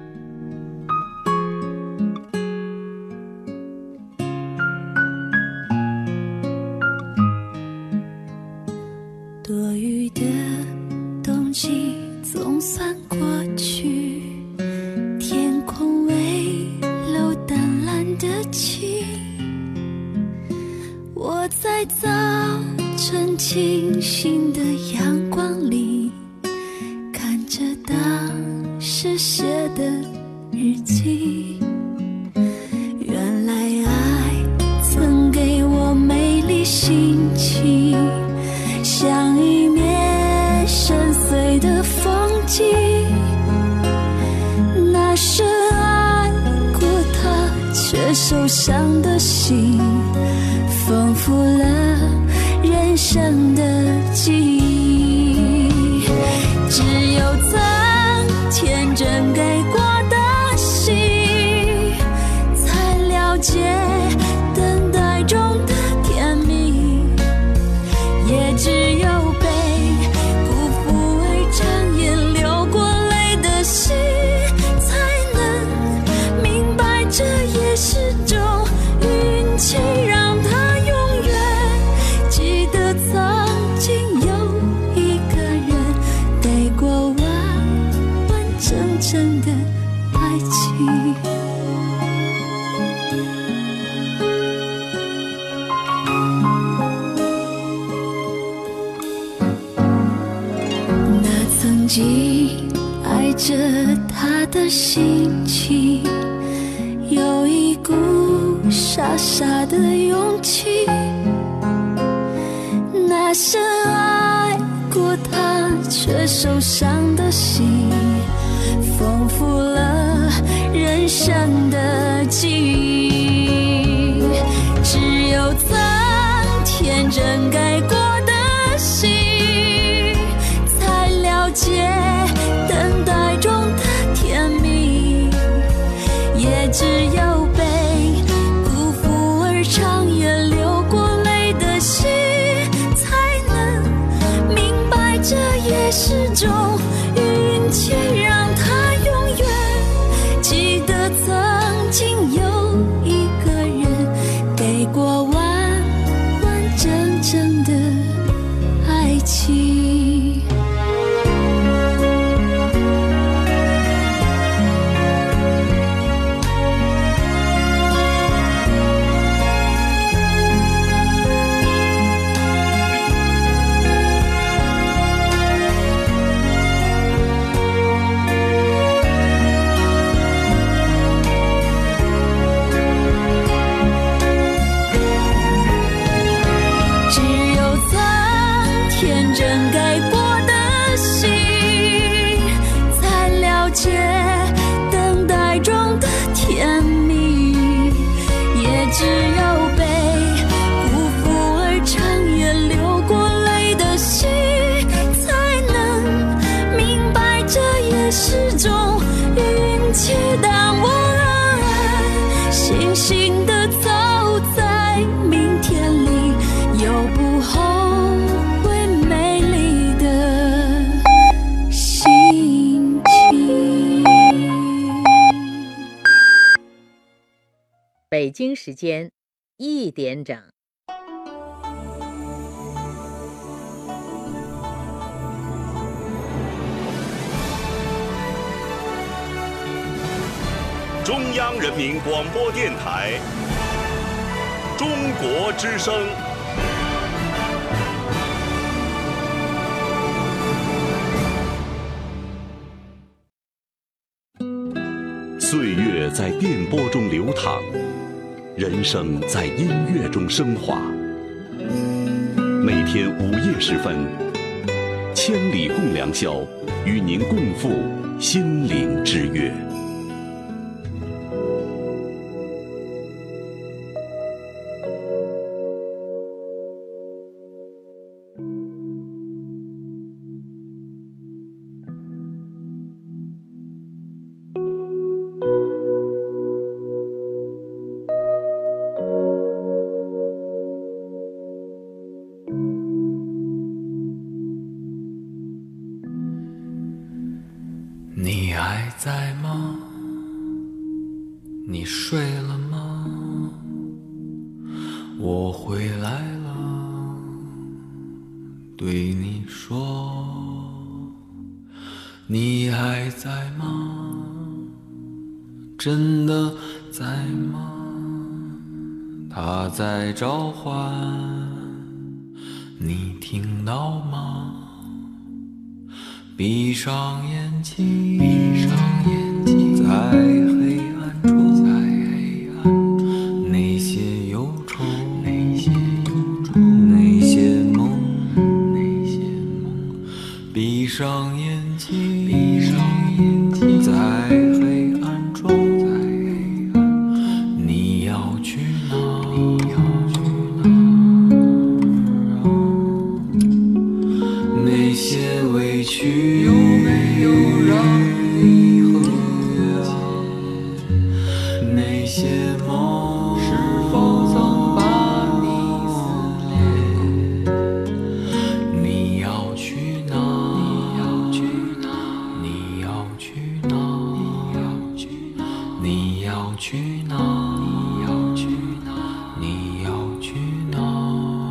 多雨的冬季总算过去，天空微露淡蓝的晴。我在早晨清新的阳光里，看着当时写的日记。原来爱曾给我美丽心情，像一面深邃的风景。那深爱过他却受伤的心，丰富了人生的记忆。只有曾天真给过的心，才了解等待中的甜蜜。也只有被辜负而长夜流过泪的心，才能明白这也是种运气，让他永远记得曾经有一个人给过完完整整的爱情。曾经爱着他的心情，有一股傻傻的勇气。那深爱过他却受伤的心，丰富了人生的记忆。只有曾天真给过的心，了解等待中的甜蜜。也只有被辜负而长夜流过泪的心，才能明白这也是种运气，让他永远记得曾经有一个人给过完完整整的爱心地走在明天里，有不后悔美丽的心情。 北京时间1点整。 中央人民广播电台中国之声。岁月在电波中流淌，人生在音乐中升华。每天午夜时分，千里共良宵，与您共赴心灵之约。 你还在吗？你睡了吗？我回来了，对你说，你还在吗？真的在吗？他在召唤，你听到吗？闭上眼睛，在黑暗中，那些忧愁，那些梦，闭上眼睛，在黑暗中，你要去哪？那些委屈有没有让你和解？那些梦是否曾把你撕裂？你要去哪？你要去哪？你要去哪？你要去哪？你要去哪？你要去哪？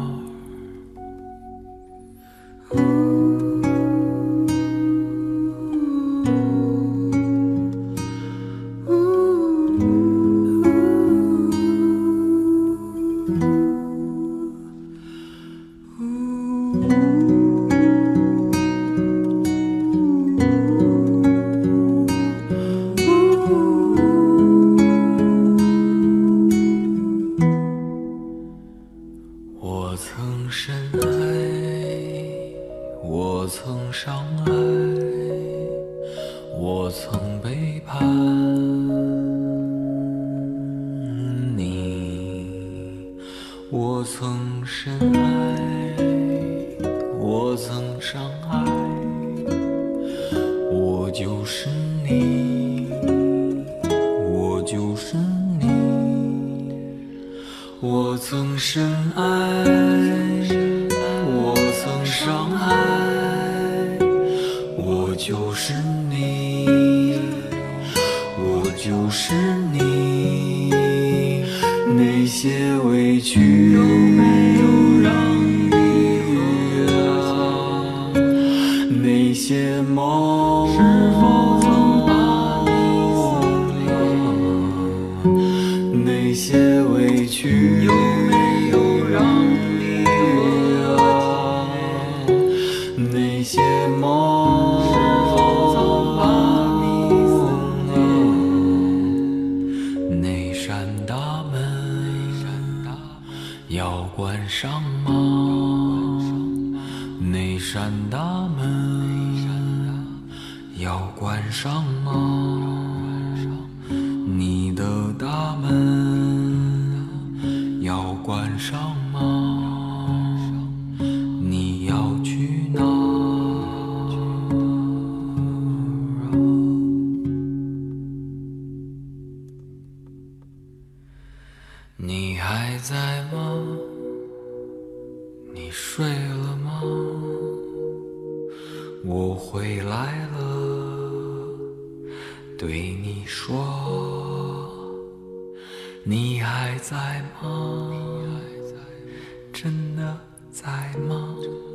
我曾深爱，我曾伤害，我曾背叛你。我曾深爱，我曾伤害，我就是你，我就是你。我曾深爱，我曾伤害，我就是你，我就是你。那些委屈有没有让你和解？那些梦是否曾把你撕裂？那些委屈有没有让你和解？那些梦是否曾把你撕裂？那扇大门要关上吗？那扇大门要关上吗？你的大门要关上吗？你要去哪？ 我回来了，对你说，你还在吗？真的在吗？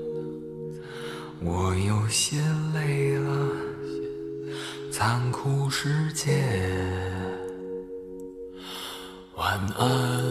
我有些累了，残酷世界，晚安，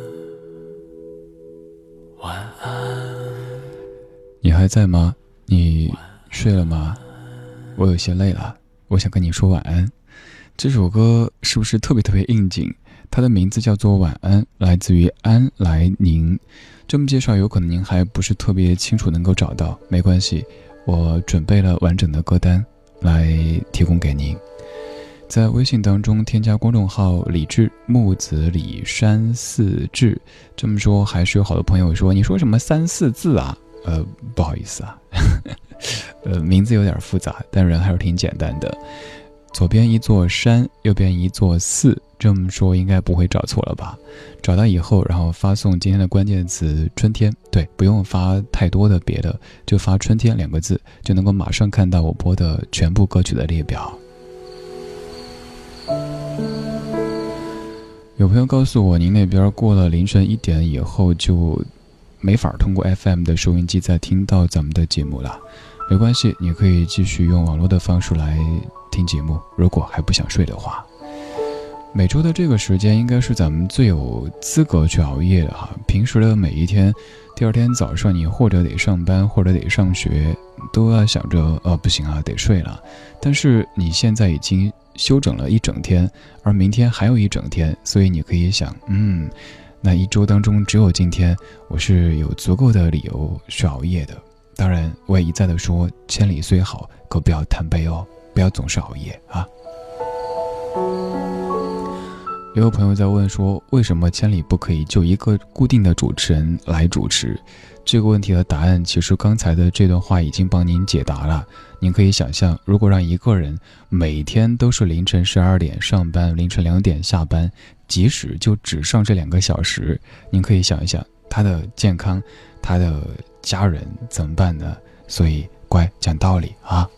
晚安。 你还在吗？你睡了吗？我有些累了，我想跟你说晚安。这首歌是不是特别特别应景？它的名字叫做晚安，来自于安来宁。这么介绍有可能您还不是特别清楚能够找到，没关系，我准备了完整的歌单来提供给您。在微信当中添加公众号李志，木子李山四志，这么说还是有好多朋友说你说什么3、4字啊？不好意思啊，名字有点复杂，但人还是挺简单的。左边一座山，右边一座寺，这么说应该不会找错了吧？找到以后，然后发送今天的关键词春天，对，不用发太多的别的，就发春天2个字，就能够马上看到我播的全部歌曲的列表。有朋友告诉我，您那边过了凌晨1点以后就没法通过 FM 的收音机再听到咱们的节目了。没关系，你可以继续用网络的方式来听节目，如果还不想睡的话。每周的这个时间应该是咱们最有资格去熬夜的哈。平时的每一天，第二天早上你或者得上班或者得上学，都要想着不行啊，得睡了。但是你现在已经休整了一整天，而明天还有一整天，所以你可以想，那一周当中只有今天我是有足够的理由去熬夜的。当然我也一再的说，千里虽好，可不要贪杯哦，不要总是熬夜啊。也有朋友在问说，为什么千里不可以就一个固定的主持人来主持？这个问题的答案其实刚才的这段话已经帮您解答了。您可以想象，如果让一个人每天都是凌晨12点上班，凌晨2点下班，即使就只上这2个小时，您可以想一想他的健康，他的家人怎么办呢？所以乖，讲道理啊。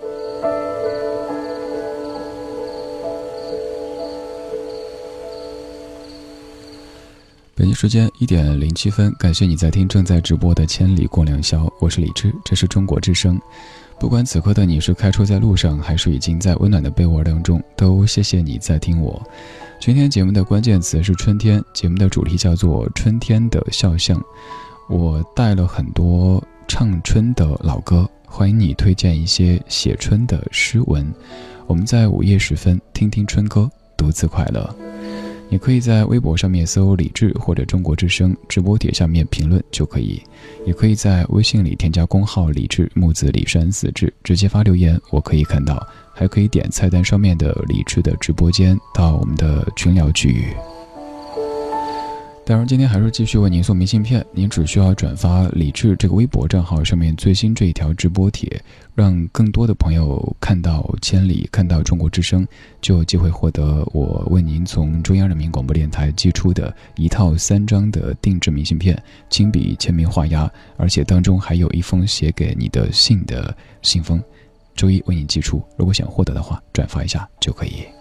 北京时间1点07分，感谢你在听正在直播的千里共良宵，我是李志，这是中国之声。不管此刻的你是开车在路上，还是已经在温暖的被窝当中，都谢谢你在听我。今天节目的关键词是春天，节目的主题叫做春天的肖像。我带了很多唱春的老歌，欢迎你推荐一些写春的诗文。我们在午夜时分听听春歌，独自快乐。你可以在微博上面搜李志或者中国之声直播帖下面评论就可以，也可以在微信里添加公号李志木子李山四志，直接发留言我可以看到，还可以点菜单上面的李志的直播间到我们的群聊区域。当然今天还是继续为您送明信片，您只需要转发李志这个微博账号上面最新这一条直播帖，让更多的朋友看到千里，看到中国之声，就有机会获得我为您从中央人民广播电台寄出的一套3张的定制明信片，亲笔签名画押，而且当中还有一封写给你的信的信封，周一为你寄出，如果想获得的话转发一下就可以。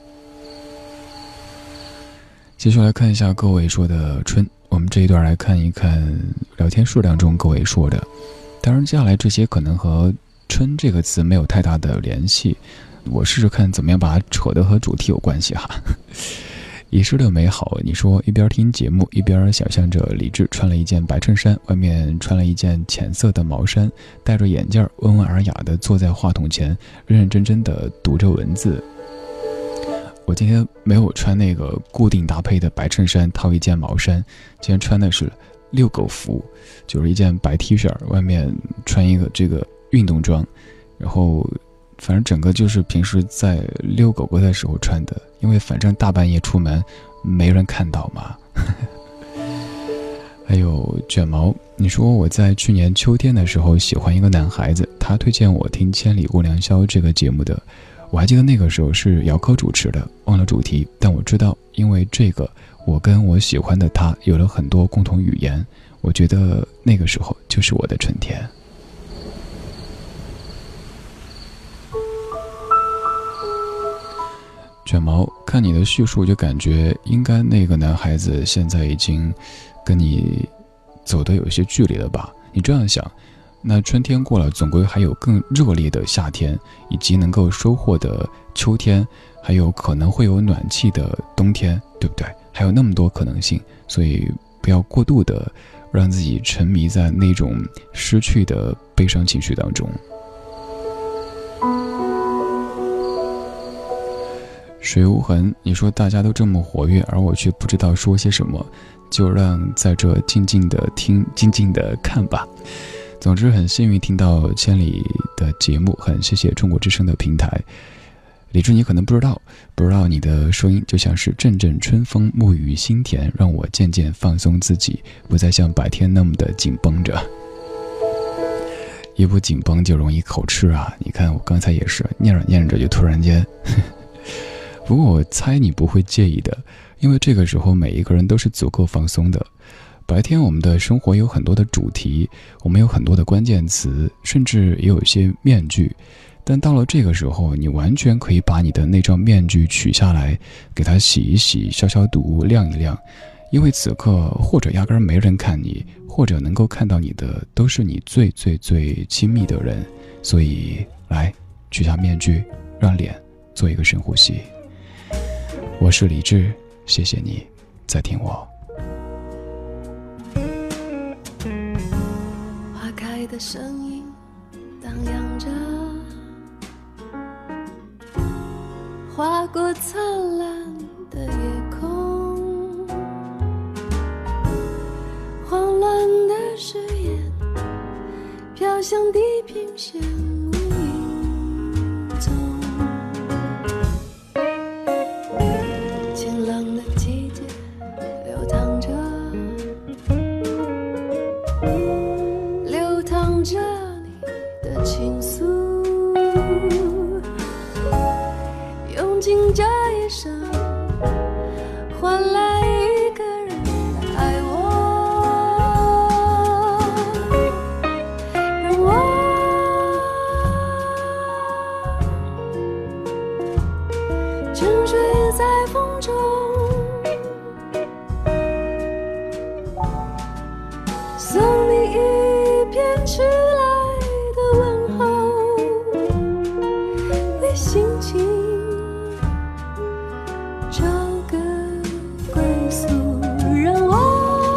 接下来看一下各位说的春，我们这一段来看一看聊天数量中各位说的。当然接下来这些可能和春这个词没有太大的联系，我试试看怎么样把它扯得和主题有关系哈。遗失的美好，你说一边听节目一边想象着李志穿了一件白衬衫，外面穿了一件浅色的毛衫，戴着眼镜，温文尔雅地坐在话筒前，认认真真地读着文字。我今天没有穿那个固定搭配的白衬衫套一件毛衫，今天穿的是遛狗服，就是一件白 T 恤，外面穿一个这个运动装，然后反正整个就是平时在遛狗狗的时候穿的，因为反正大半夜出门没人看到嘛。还有卷毛，你说我在去年秋天的时候喜欢一个男孩子，他推荐我听千里共良宵这个节目的，我还记得那个时候是姚科主持的，忘了主题，但我知道因为这个我跟我喜欢的他有了很多共同语言，我觉得那个时候就是我的春天。 卷毛，看你的叙述就感觉应该那个男孩子现在已经跟你走得有些距离了吧？你这样想，那春天过了，总归还有更热烈的夏天，以及能够收获的秋天，还有可能会有暖气的冬天，对不对？还有那么多可能性，所以不要过度的让自己沉迷在那种失去的悲伤情绪当中。水无痕，你说大家都这么活跃，而我却不知道说些什么，就让在这静静的听，静静的看吧。总之很幸运听到千里的节目，很谢谢中国之声的平台。李志，你可能不知道你的声音就像是阵阵春风沐浴心田，让我渐渐放松自己，不再像白天那么的紧绷着。一不紧绷就容易口吃啊，你看我刚才也是念着念着就突然间不过我猜你不会介意的，因为这个时候每一个人都是足够放松的。白天我们的生活有很多的主题，我们有很多的关键词，甚至也有一些面具，但到了这个时候，你完全可以把你的那张面具取下来，给它洗一洗，消消毒，亮一亮，因为此刻或者压根儿没人看你，或者能够看到你的都是你最最最亲密的人。所以来取下面具，让脸做一个深呼吸。我是李志，谢谢你在听我。 花开的声音荡漾着，划过灿烂的夜空，慌乱的誓言飘向地平线无影踪。晴朗的季节流淌着，流淌着你的倾诉，用尽这一生换来一个人的爱我，让我沉睡在风中，送你一片迟来的问候，为心情找个归宿，让我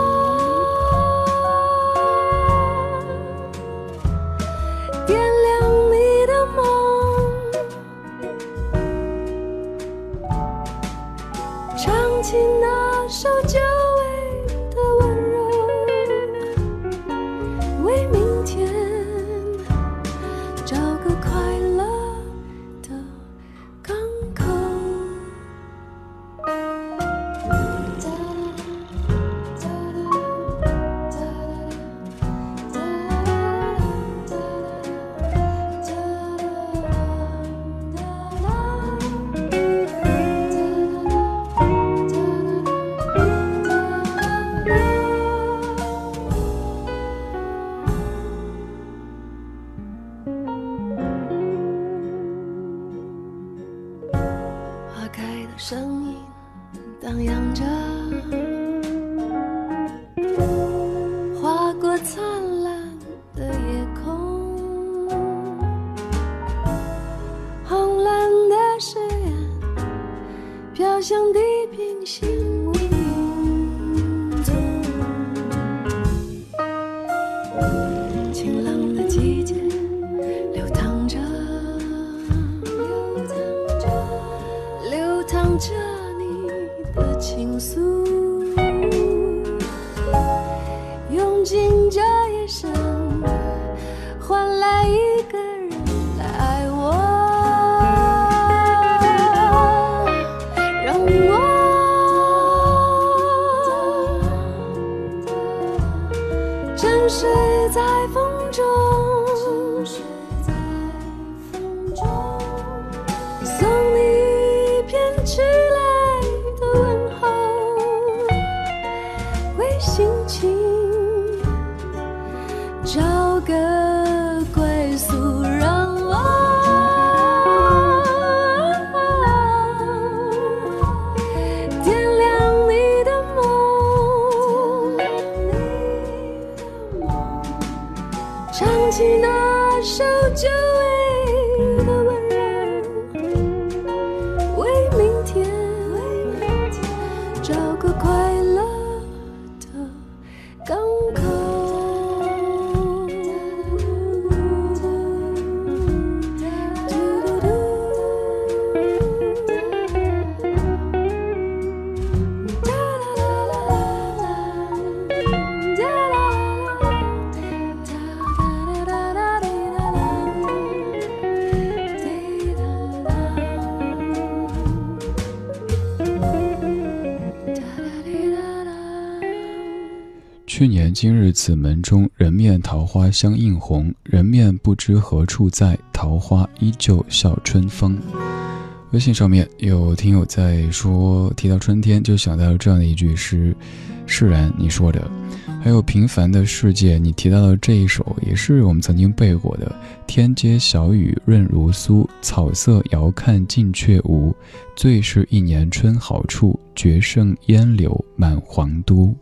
点亮你的梦，唱起那首久违的温柔，为明天找个快乐的港口。花开的声音荡漾着，划过灿烂的夜空，慌乱的誓言飘向地平线无影踪。晴朗的季节流淌着，流淌着你的倾诉，用尽这一生换来一个人来爱我，让我沉睡在风中，送你一片迟来的问候， 去年今日此门中，人面桃花相映红，人面不知何处在，桃花依旧笑春风。微信上面有听友在说，提到春天就想到这样的一句诗，释然你说的。还有平凡的世界，你提到的这一首也是我们曾经背过的，天街小雨润如酥，草色遥看近却无，最是一年春好处，绝胜烟柳满皇都。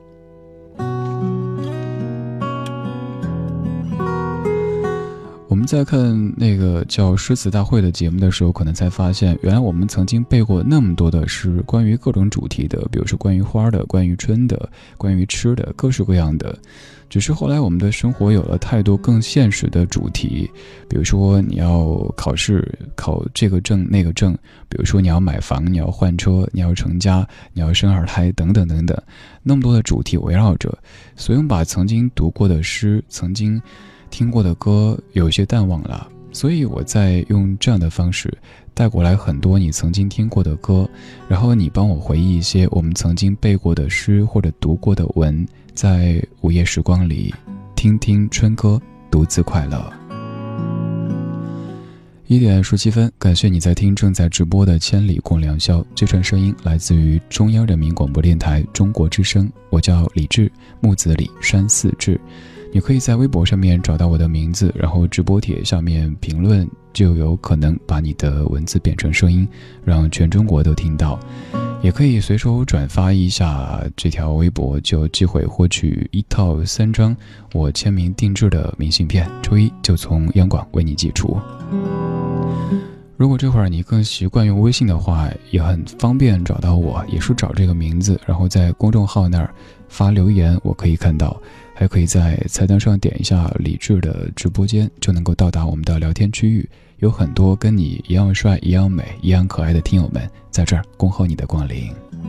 我们在看那个叫诗词大会的节目的时候，可能才发现原来我们曾经背过那么多的诗，关于各种主题的，比如说关于花的，关于春的，关于吃的，各式各样的。只是后来我们的生活有了太多更现实的主题，比如说你要考试，考这个证那个证，比如说你要买房，你要换车，你要成家，你要生二胎，等等等等，那么多的主题围绕着，所以我们把曾经读过的诗，曾经听过的歌有些淡忘了，所以我在用这样的方式带过来很多你曾经听过的歌，然后你帮我回忆一些我们曾经背过的诗或者读过的文，在午夜时光里听听春歌，独自快乐。1点17分，感谢你在听正在直播的千里共良宵，这串声音来自于中央人民广播电台中国之声，我叫李志，木子李，山寺志。你可以在微博上面找到我的名字，然后直播帖下面评论，就有可能把你的文字变成声音，让全中国都听到。也可以随手转发一下这条微博，就有机会获取1套3张我签名定制的明信片，周一就从央广为你寄出。如果这会儿你更习惯用微信的话，也很方便找到我，也是找这个名字，然后在公众号那儿发留言，我可以看到。还可以在菜单上点一下李志的直播间，就能够到达我们的聊天区域，有很多跟你一样帅、一样美、一样可爱的听友们在这儿恭候你的光临。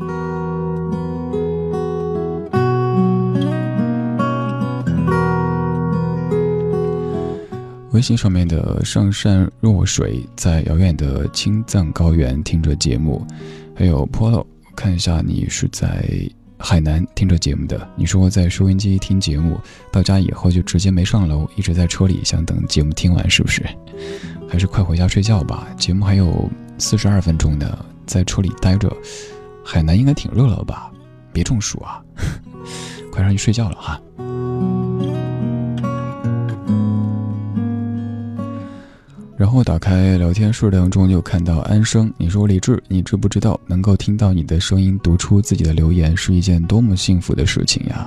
微信上面的上善若水在遥远的青藏高原听着节目，还有 Polo， 看一下你是在海南听着节目的，你说在收音机听节目，到家以后就直接没上楼，一直在车里想等节目听完，是不是？还是快回家睡觉吧，节目还有42分钟呢，在车里待着，海南应该挺热了吧？别中暑啊，快让你睡觉了哈。然后打开聊天室当中就看到安生，你说李志，你知不知道能够听到你的声音读出自己的留言是一件多么幸福的事情呀？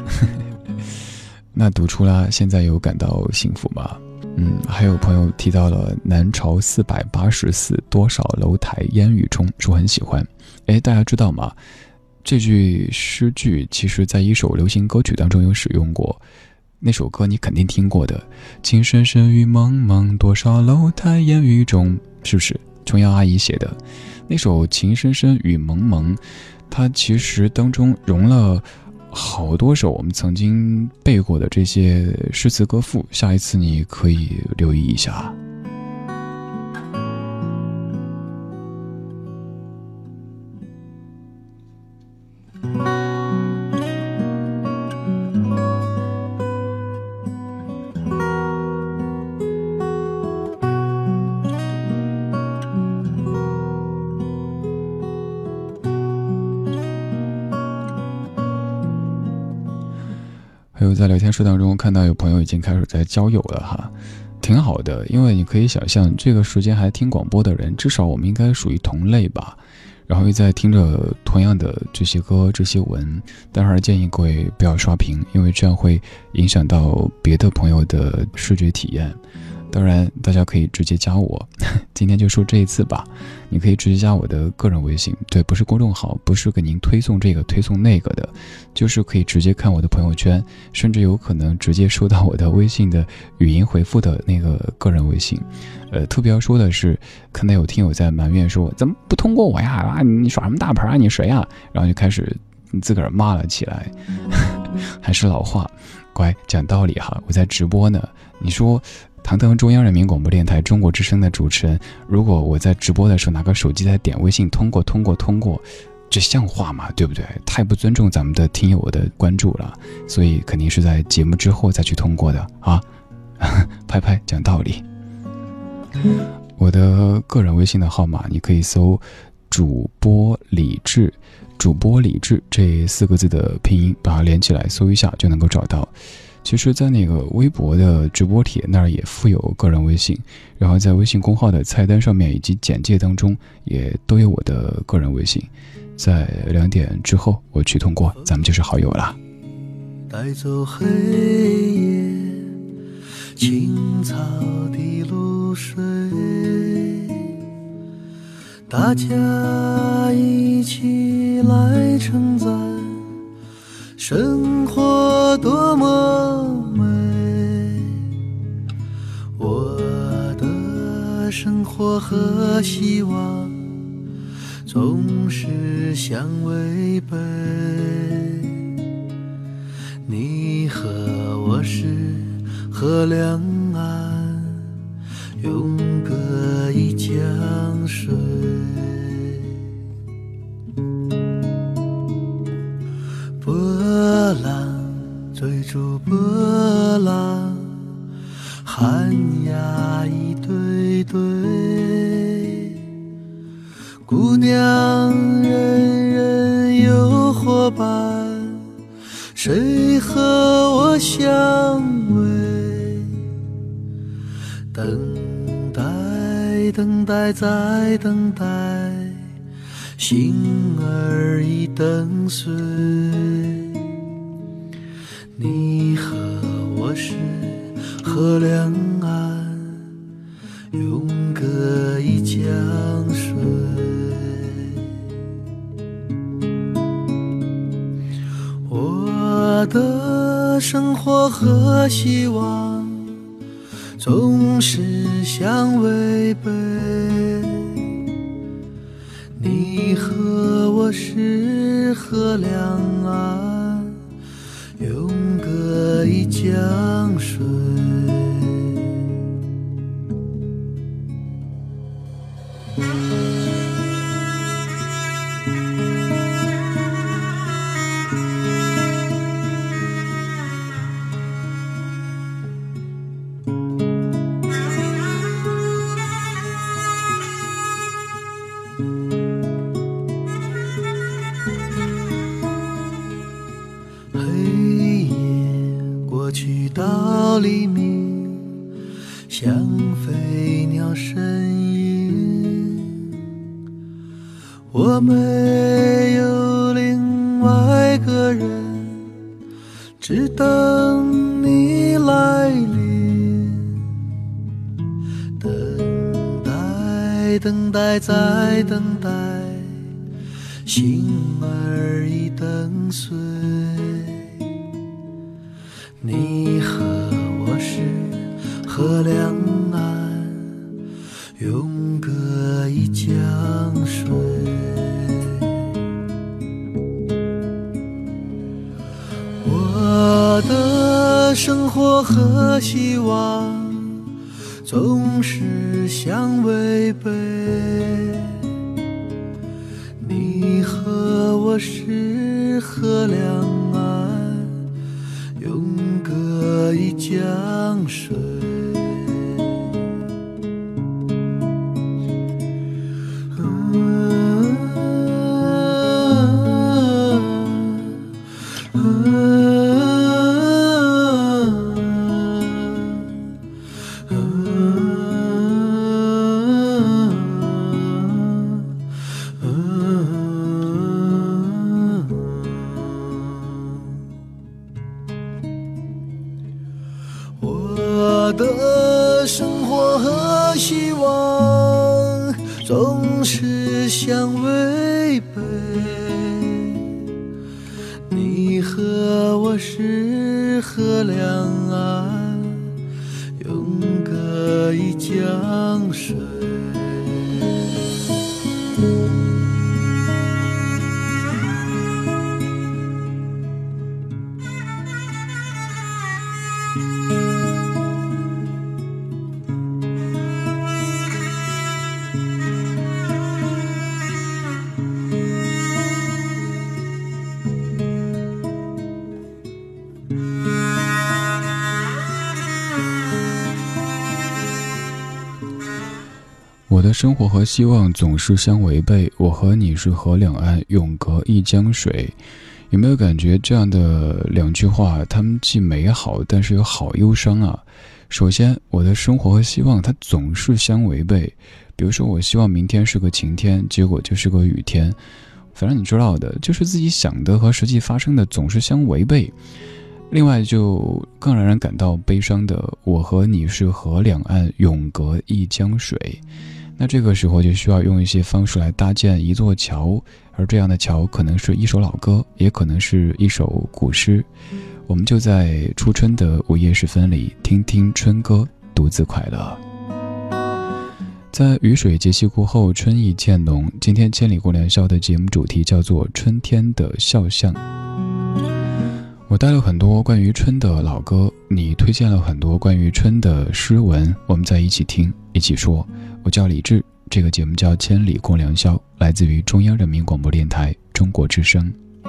那读出啦，现在有感到幸福吗？还有朋友提到了南朝484多少楼台烟雨中，说很喜欢。大家知道吗？这句诗句其实在一首流行歌曲当中有使用过。那首歌你肯定听过的，情深深雨蒙蒙，多少楼台烟雨中，是不是琼瑶阿姨写的那首情深深雨蒙蒙？它其实当中融了好多首我们曾经背过的这些诗词歌赋，下一次你可以留意一下。还有在聊天室当中看到有朋友已经开始在交友了哈，挺好的，因为你可以想象这个时间还听广播的人，至少我们应该属于同类吧，然后又在听着同样的这些歌这些文，但是建议各位不要刷屏，因为这样会影响到别的朋友的视觉体验。当然大家可以直接加我，今天就说这一次吧，你可以直接加我的个人微信，对，不是公众号，不是给您推送这个推送那个的，就是可以直接看我的朋友圈，甚至有可能直接收到我的微信的语音回复的那个个人微信。特别要说的是，看到有听友在埋怨说怎么不通过我呀，你耍什么大牌啊，你谁啊，然后就开始自个儿骂了起来。还是老话，乖，讲道理哈，我在直播呢，你说堂堂中央人民广播电台中国之声的主持人，如果我在直播的时候拿个手机在点微信通过， 这像话吗？对不对？太不尊重咱们的听友的关注了，所以肯定是在节目之后再去通过的啊。拍拍讲道理。我的个人微信的号码你可以搜主播李志，主播李志这4个字的拼音，把它连起来搜一下就能够找到。其实在那个微博的直播帖那儿也附有个人微信，然后在微信公号的菜单上面以及简介当中也都有我的个人微信，在2点之后我去通过，咱们就是好友了。 带走黑夜青草的露水，大家一起来称赞生活多么美。我的生活和希望总是相违背，你和我是河两岸，永隔一江水。波浪追逐波浪，寒鸦一对对，姑娘人人有伙伴，谁和我相偎？等待等待再等待，心儿已等碎。你和我是河两岸，永隔一江水。我的生活和希望总是相违背，你和我是河两岸，永隔一江水。到黎明，像飞鸟身影，我没有另外个人，只等你来临。等待等待再等待，心儿已等碎。你和我是河两岸，永隔一江水。我的生活和希望总是相违背，你和我是河两岸，永隔一江水。我的生活和希望总是相违背，你和我是河两岸，永隔一江水。 我的生活和希望总是相违背，我和你是河两岸，永隔一江水。有没有感觉这样的两句话，它们既美好，但是又好忧伤啊？首先，我的生活和希望它总是相违背。比如说，我希望明天是个晴天，结果就是个雨天。反正你知道的，就是自己想的和实际发生的总是相违背。另外，就更让人感到悲伤的，我和你是河两岸，永隔一江水。那这个时候就需要用一些方式来搭建一座桥，而这样的桥可能是一首老歌，也可能是一首古诗。我们就在初春的午夜时分里听听春歌，独自快乐。在雨水节气过后，春意渐浓。今天千里共良宵的节目主题叫做春天的肖像。我带了很多关于春的老歌，你推荐了很多关于春的诗文，我们在一起听一起说。我叫李志，这个节目叫千里共良宵，来自于中央人民广播电台中国之声。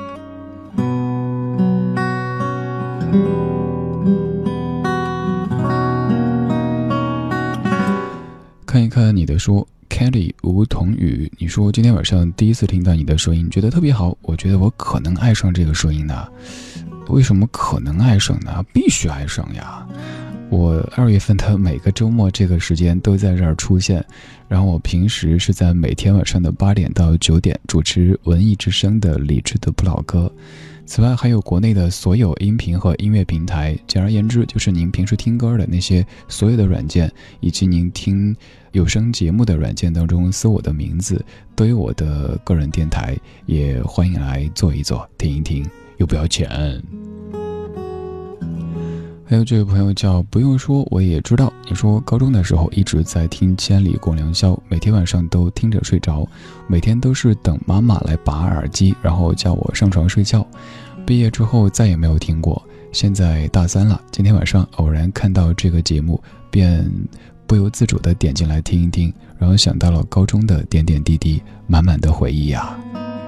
看一看你的说 Kelly 吴桐宇，你说今天晚上第一次听到你的声音，觉得特别好，我觉得我可能爱上这个声音呢。为什么可能爱上呢？必须爱上呀！我2月份的每个周末这个时间都在这儿出现，然后我平时是在每天晚上的8点到9点主持文艺之声的理智的不老歌。此外还有国内的所有音频和音乐平台，简而言之就是您平时听歌的那些所有的软件，以及您听有声节目的软件当中搜我的名字，都有我的个人电台，也欢迎来做一做听一听，又不要钱。还有这位朋友叫不用说我也知道，你说高中的时候一直在听千里共良宵，每天晚上都听着睡着，每天都是等妈妈来拔耳机，然后叫我上床睡觉。毕业之后再也没有听过，现在大3了，今天晚上偶然看到这个节目，便不由自主地点进来听一听，然后想到了高中的点点滴滴，满满的回忆呀。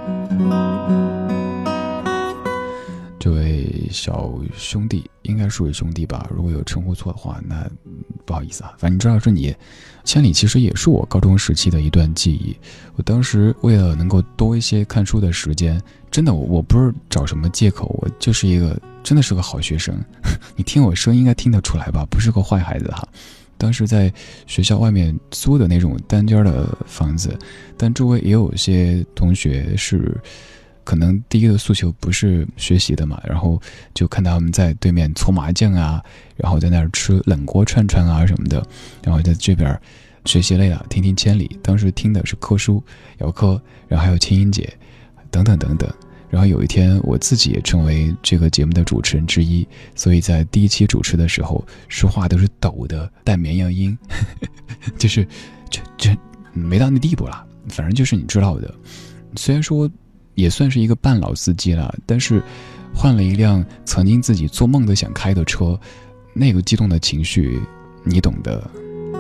这位小兄弟应该是位兄弟吧，如果有称呼错的话，那不好意思啊。反正你知道是你，千里其实也是我高中时期的一段记忆。我当时为了能够多一些看书的时间，真的我不是找什么借口，我就是一个真的是个好学生。你听我声音应该听得出来吧，不是个坏孩子哈。当时在学校外面租的那种单间的房子，但周围也有些同学是可能第一个诉求不是学习的嘛，然后就看到他们在对面搓麻将啊，然后在那儿吃冷锅串串啊什么的，然后在这边学习累了听听千里，当时听的是科书、姚科，然后还有青音姐等等等等。然后有一天我自己也成为这个节目的主持人之一，所以在第一期主持的时候说话都是抖的，带绵羊音，就是就没到那地步了，反正就是你知道的。虽然说也算是一个半老司机了，但是换了一辆曾经自己做梦都想开的车，那个激动的情绪你懂的。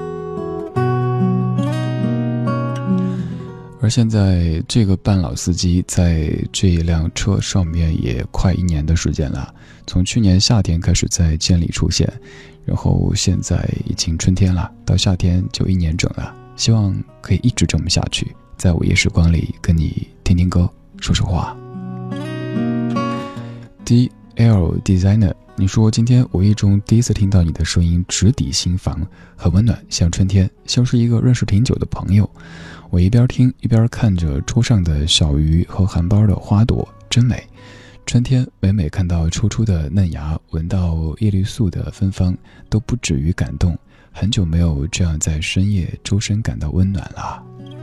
而现在这个半老司机在这一辆车上面也快1年的时间了，从去年夏天开始在千里出现，然后现在已经春天了，到夏天就1年整了，希望可以一直这么下去，在午夜时光里跟你听听歌说说话。 DL Designer， 你说今天无意中第一次听到你的声音，直抵心房，很温暖，像春天，像是一个认识挺久的朋友。我一边听一边看着桌上的小鱼和含苞的花朵，真美。春天每每看到初初的嫩芽，闻到叶绿素的芬芳，都不止于感动。很久没有这样在深夜周身感到温暖了。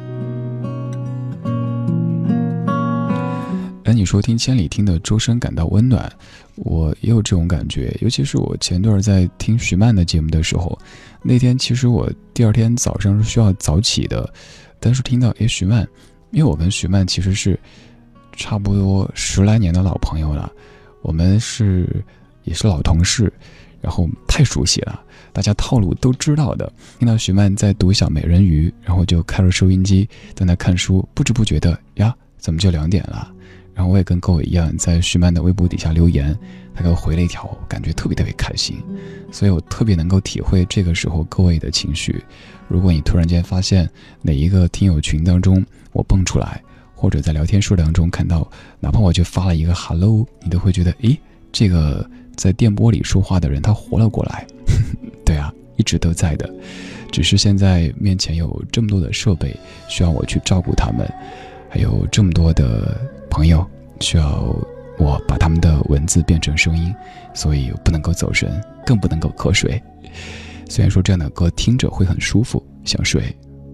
你说听千里听的周身感到温暖，我也有这种感觉。尤其是我前段在听徐曼的节目的时候，那天其实我第2天早上是需要早起的，但是听到徐曼，因为我跟徐曼其实是差不多10来年的老朋友了，我们也是老同事，然后太熟悉了，大家套路都知道的。听到徐曼在读小美人鱼，然后就开了收音机在那看书，不知不觉的呀，怎么就2点了？ 然后我也跟各位一样在徐曼的微博底下留言，他给我回了一条，感觉特别特别开心，所以我特别能够体会这个时候各位的情绪。如果你突然间发现哪一个听友群当中我蹦出来，或者在聊天数当中看到，哪怕我就发了一个 hello， 你都会觉得诶，这个在电波里说话的人他活了过来。对啊，一直都在的，只是现在面前有这么多的设备需要我去照顾他们，还有这么多的朋友需要我把他们的文字变成声音，所以不能够走神，更不能够瞌睡。虽然说这样的歌听着会很舒服，想睡。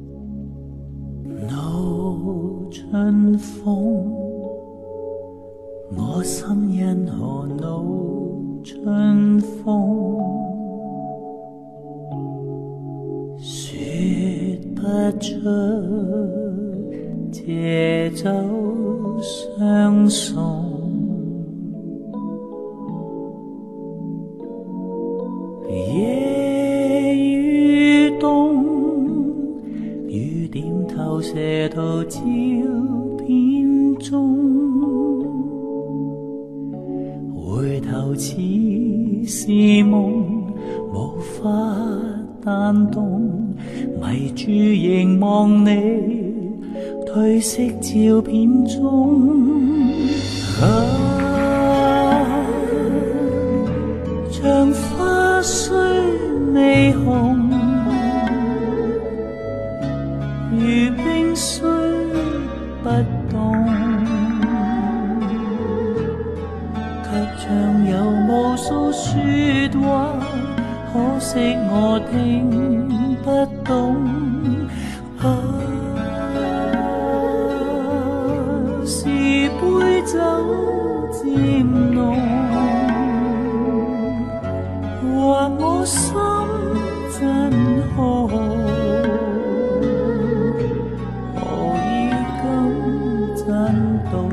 春風，我心因何怒春風？說不出這奏相送，夜與冬，雨點投射到照片中，回頭似是夢，無法彈動，迷住凝望你褪色照片中，像花雖未紅，如冰雖不凍，卻像有無數說話，可惜我聽不懂。是杯酒漸濃，或我心真好，何以更震動？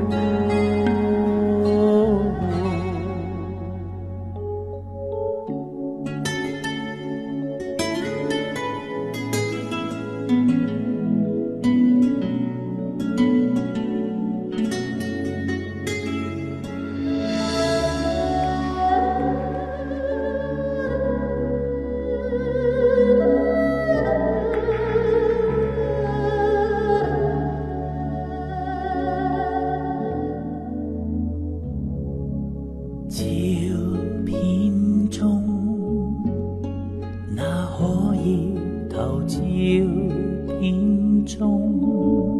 照片中，那可以投照片中，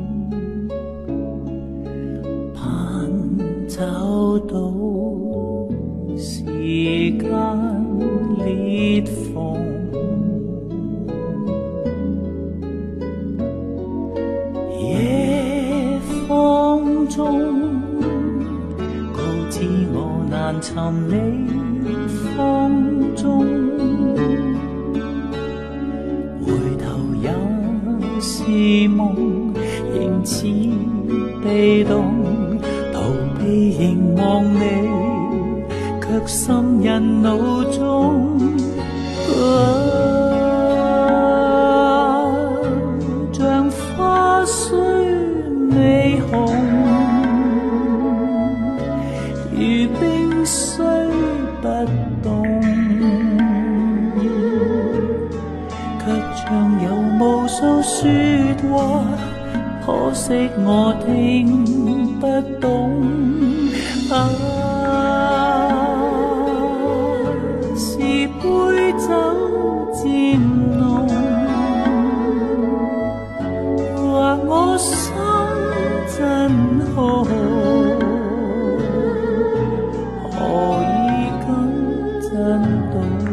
盼找到時間裂縫，夜風中我難尋你風中，回頭也是夢，仍似被動，逃避凝望你，卻深印腦中。像花雖未紅，如冰雖不凍，卻像有無數說話，可惜我聽不懂。是杯酒漸濃，或我心真好，何以更震動？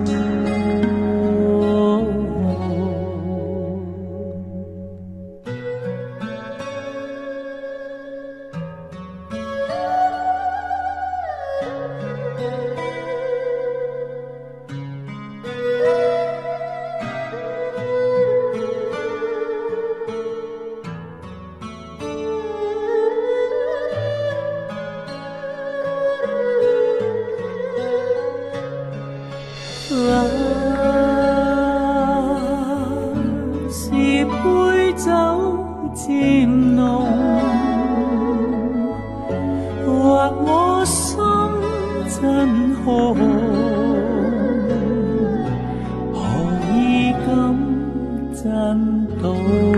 是杯酒漸濃， 我心真好，何以敢真到？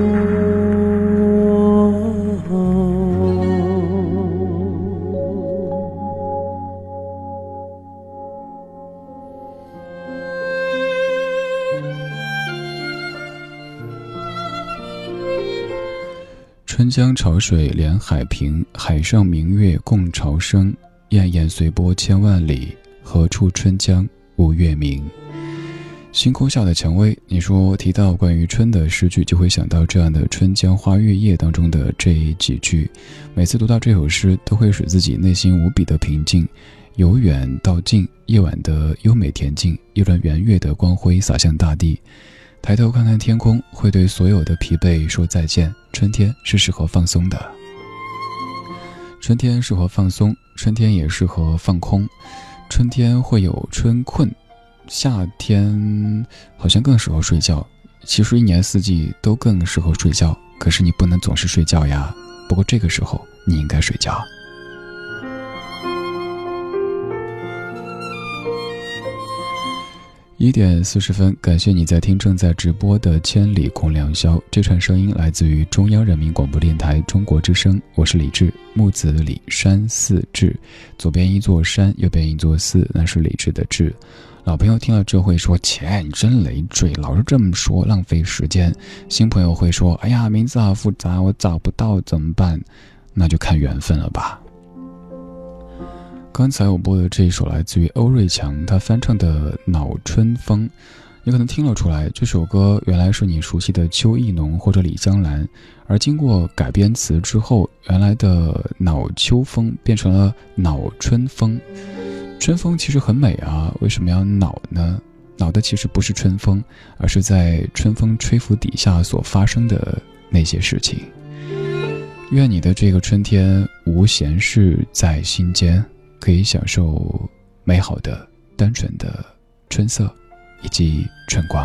春江潮水连海平，海上明月共潮生。滟滟随波千万里，何处春江无月明。星空下的蔷薇，你说提到关于春的诗句，就会想到这样的春江花月夜当中的这几句。每次读到这首诗，都会使自己内心无比的平静。由远到近，夜晚的优美恬静，一轮圆月的光辉洒向大地。抬头看看天空，会对所有的疲惫说再见。春天是适合放松的，春天适合放松，春天也适合放空。春天会有春困，夏天好像更适合睡觉。其实一年四季都更适合睡觉，可是你不能总是睡觉呀。不过这个时候你应该睡觉。1点40分，感谢你在听正在直播的千里共良宵。这串声音来自于中央人民广播电台中国之声，我是李志，木子李，山寺志，左边一座山，右边一座寺，那是李志的志。老朋友听了之后会说，切，你真累赘，老是这么说，浪费时间。新朋友会说，哎呀，名字好复杂，我找不到怎么办？那就看缘分了吧。刚才我播的这一首来自于欧瑞强他翻唱的《恼春风》，你可能听了出来，这首歌原来是你熟悉的邱意浓或者李香兰，而经过改编词之后，原来的恼秋风变成了恼春风。春风其实很美啊，为什么要恼呢？恼的其实不是春风，而是在春风吹拂底下所发生的那些事情。愿你的这个春天无闲事在心间，可以享受美好的单纯的春色以及春光。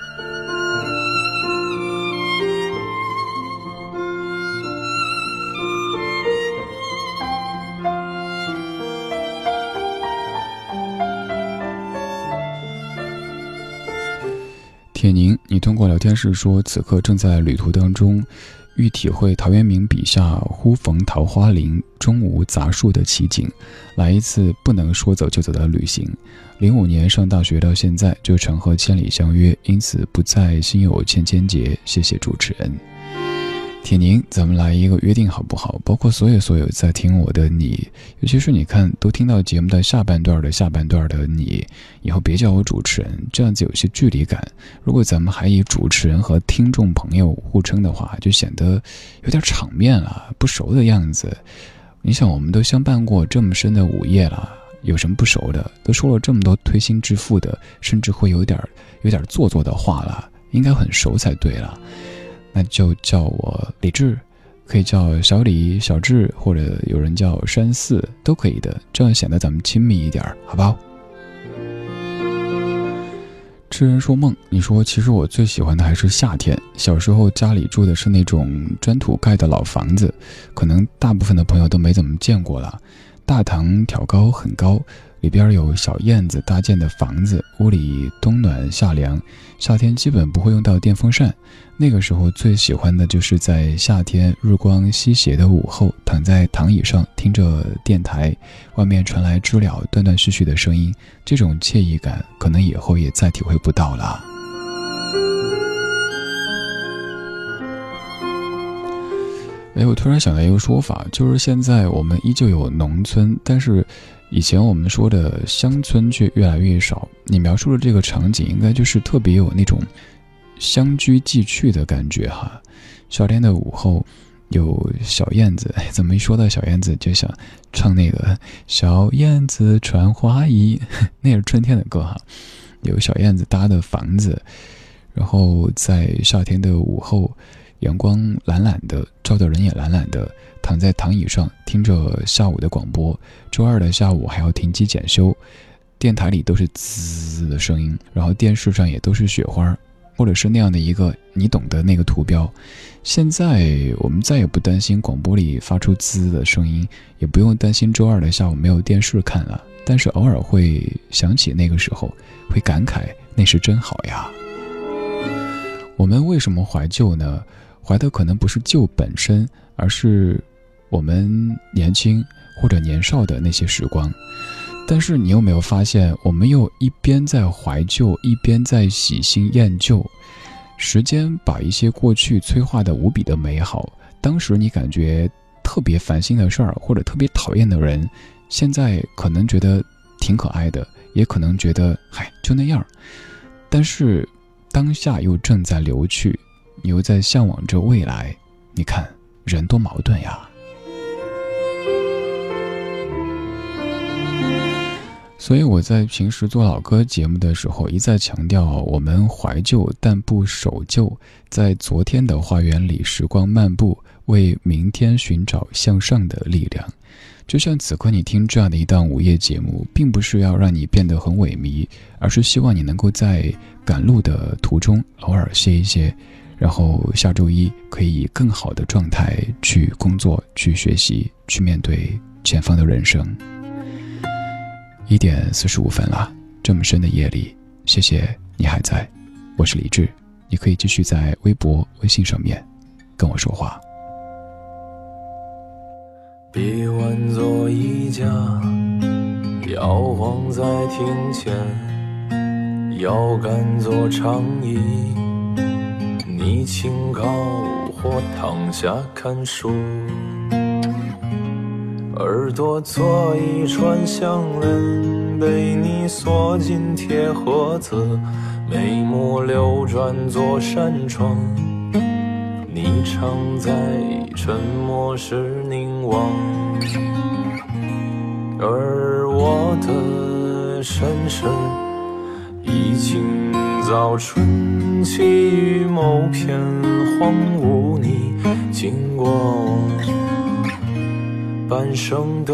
铁凝，你通过聊天室说此刻正在旅途当中，欲体会陶渊明笔下忽逢桃花林，终无杂树的奇景，来一次不能说走就走的旅行。05年上大学到现在，就常和千里相约，因此不再心有千千结。谢谢主持人铁凝，咱们来一个约定好不好？包括所有在听我的你，尤其是你看都听到节目的下半段的你，以后别叫我主持人，这样子有些距离感。如果咱们还以主持人和听众朋友互称的话，就显得有点场面了，不熟的样子。你想，我们都相伴过这么深的午夜了，有什么不熟的？都说了这么多推心置腹的，甚至会有点做作的话了，应该很熟才对了。那就叫我李志，可以叫小李、小志，或者有人叫山寺都可以的，这样显得咱们亲密一点，好不好？痴人说梦，你说其实我最喜欢的还是夏天。小时候家里住的是那种砖土盖的老房子，可能大部分的朋友都没怎么见过了。大堂挑高很高，里边有小院子搭建的房子，屋里冬暖夏凉，夏天基本不会用到电风扇。那个时候最喜欢的就是在夏天日光西斜的午后，躺在躺椅上听着电台，外面传来知了断断续续的声音，这种惬意感可能以后也再体会不到了。我突然想到一个说法，就是现在我们依旧有农村，但是以前我们说的乡村却越来越少。你描述的这个场景应该就是特别有那种乡居寄去的感觉哈。夏天的午后有小燕子，怎么一说到小燕子就想唱那个小燕子穿花衣，那是春天的歌哈。有小燕子搭的房子，然后在夏天的午后，阳光懒懒的，照的人也懒懒的，躺在躺椅上听着下午的广播。周二的下午还要停机检修，电台里都是滋的声音，然后电视上也都是雪花， 或者是那样的一个你懂得那个图标。现在我们再也不担心广播里发出滋的声音，也不用担心周二的下午没有电视看了，但是偶尔会想起那个时候，会感慨那时真好呀。我们为什么怀旧呢？怀的可能不是旧本身，而是我们年轻或者年少的那些时光。但是你有没有发现，我们又一边在怀旧，一边在喜新厌旧。时间把一些过去催化的无比的美好，当时你感觉特别烦心的事儿或者特别讨厌的人，现在可能觉得挺可爱的，也可能觉得嗨就那样。但是当下又正在流去，你又在向往着未来，你看人多矛盾呀。所以我在平时做老歌节目的时候，一再强调我们怀旧但不守旧，在昨天的花园里时光漫步，为明天寻找向上的力量。就像此刻你听这样的一档午夜节目，并不是要让你变得很萎靡，而是希望你能够在赶路的途中偶尔歇一歇，然后下周一可以以更好的状态去工作，去学习，去面对前方的人生。1点45分了，这么深的夜里，谢谢你还在。我是李志，你可以继续在微博、微信上面跟我说话。 臂弯做衣架，摇晃在庭前，腰杆做长椅，你轻靠或躺下看书，耳朵做一串项链，被你锁进铁盒子，眉目流转做扇窗，你常在沉默时凝望，而我的身世已经早春起于某片荒芜，你经过我半生的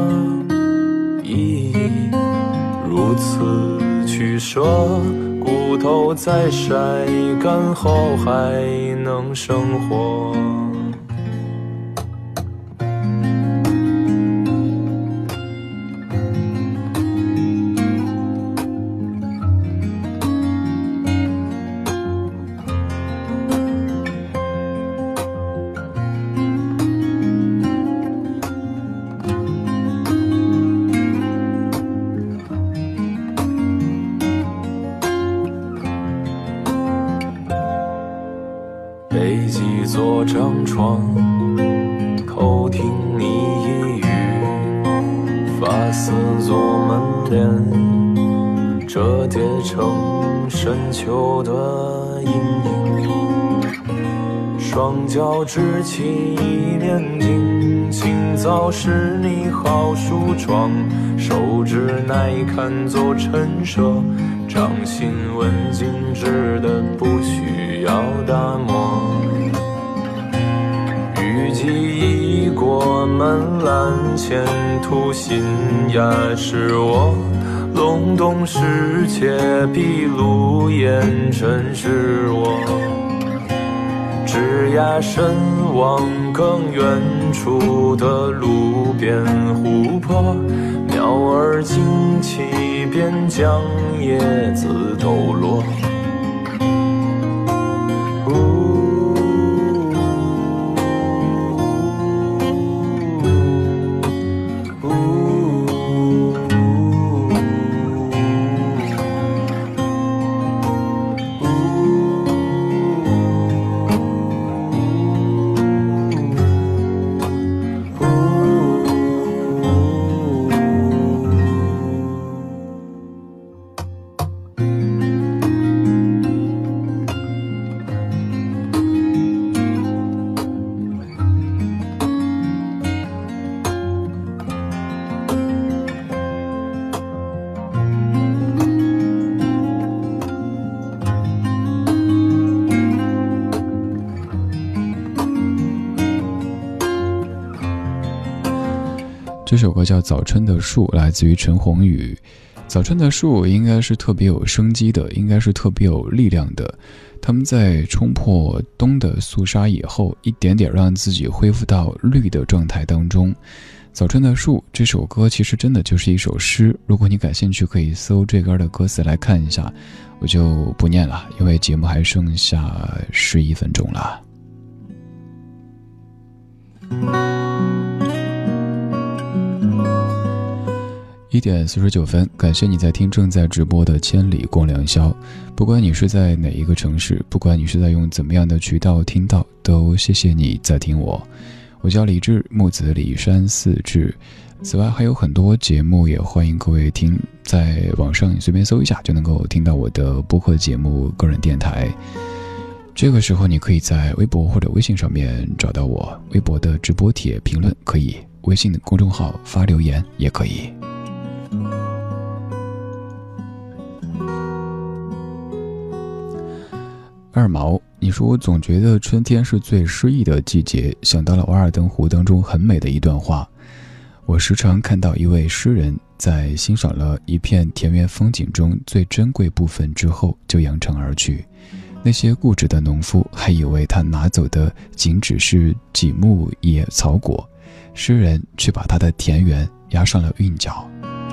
意义，如此取舍，骨头在晒干后还能生活。背几座张床，偷听你一语，发丝做门帘，折叠成深秋的阴影，双脚支起一面镜，清早是你好梳妆，手指耐看做陈设，掌心文静止的不需要打磨，雨季已过门栏，前途新芽是我隆冬时节碧露烟尘是我枝桠深望更远处的路边湖泊，鸟儿惊起边将叶子抖落， 这首歌叫《早春的树》，来自于陈鸿宇。 早春的树应该是特别有生机的，应该是特别有力量的。他们在冲破冬的肃杀以后，一点点让自己恢复到绿的状态当中。早春的树这首歌其实真的就是一首诗，如果你感兴趣可以搜这歌的歌词来看一下，我就不念了，因为节目还剩下11分钟了。1点49分，感谢你在听正在直播的千里共良宵。不管你是在哪一个城市，不管你是在用怎么样的渠道听到，都谢谢你在听我。我叫李志，木子李山四志。此外还有很多节目，也欢迎各位听，在网上随便搜一下就能够听到我的播客节目、个人电台。这个时候你可以在微博或者微信上面找到我，微博的直播帖评论可以，微信的公众号发留言也可以。二毛，你说我总觉得春天是最诗意的季节，想到了《瓦尔登湖》当中很美的一段话。我时常看到一位诗人在欣赏了一片田园风景中最珍贵部分之后就扬长而去，那些固执的农夫还以为他拿走的仅只是几木野草果，诗人却把他的田园压上了韵脚。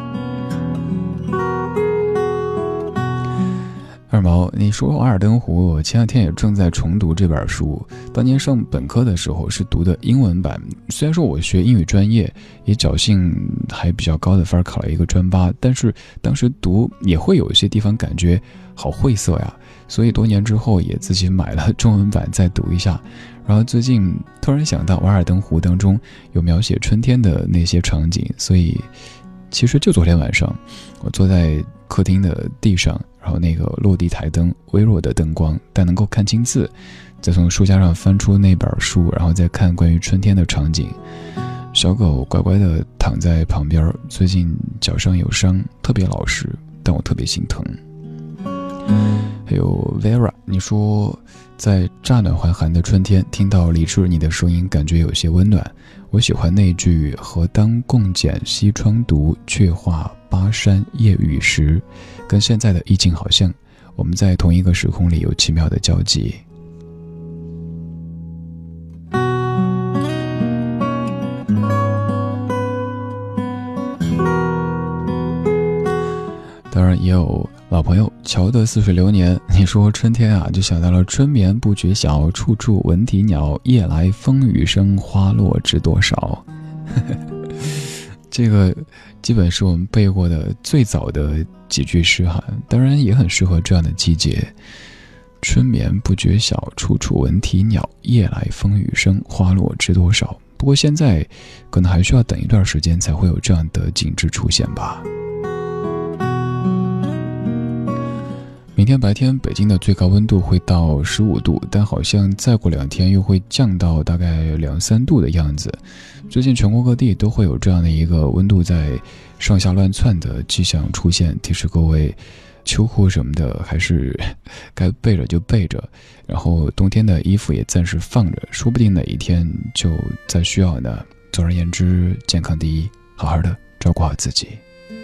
二毛，你说《瓦尔登湖》，我前两天也正在重读这本书。当年上本科的时候是读的英文版，虽然说我学英语专业，也侥幸还比较高的分考了一个专8，但是当时读也会有一些地方感觉好晦涩呀，所以多年之后也自己买了中文版再读一下。然后最近突然想到《瓦尔登湖》当中有描写春天的那些场景，所以其实就昨天晚上，我坐在客厅的地上，然后那个落地台灯微弱的灯光，但能够看清字，再从书架上翻出那本书，然后再看关于春天的场景。小狗乖乖的躺在旁边，最近脚上有伤，特别老实，但我特别心疼。还有 Vera， 你说在乍暖还寒的春天听到李志你的声音，感觉有些温暖。我喜欢那句何当共剪西窗读，却话巴山夜雨时，跟现在的意境好像，我们在同一个时空里有奇妙的交集。当然也有老朋友乔的似水流年，你说春天啊，就想到了春眠不觉晓，处处闻啼鸟，夜来风雨声，花落知多少。这个基本是我们背过的最早的几句诗哈，当然也很适合这样的季节。春眠不觉晓，处处闻啼鸟，夜来风雨声，花落知多少。不过现在可能还需要等一段时间才会有这样的景致出现吧。明天白天北京的最高温度会到15度，但好像再过2天又会降到大概2-3度的样子。最近全国各地都会有这样的一个温度在上下乱窜的迹象出现，提示各位秋裤什么的还是该备着就备着，然后冬天的衣服也暂时放着，说不定哪一天就再需要呢。总而言之，健康第一，好好的照顾好自己。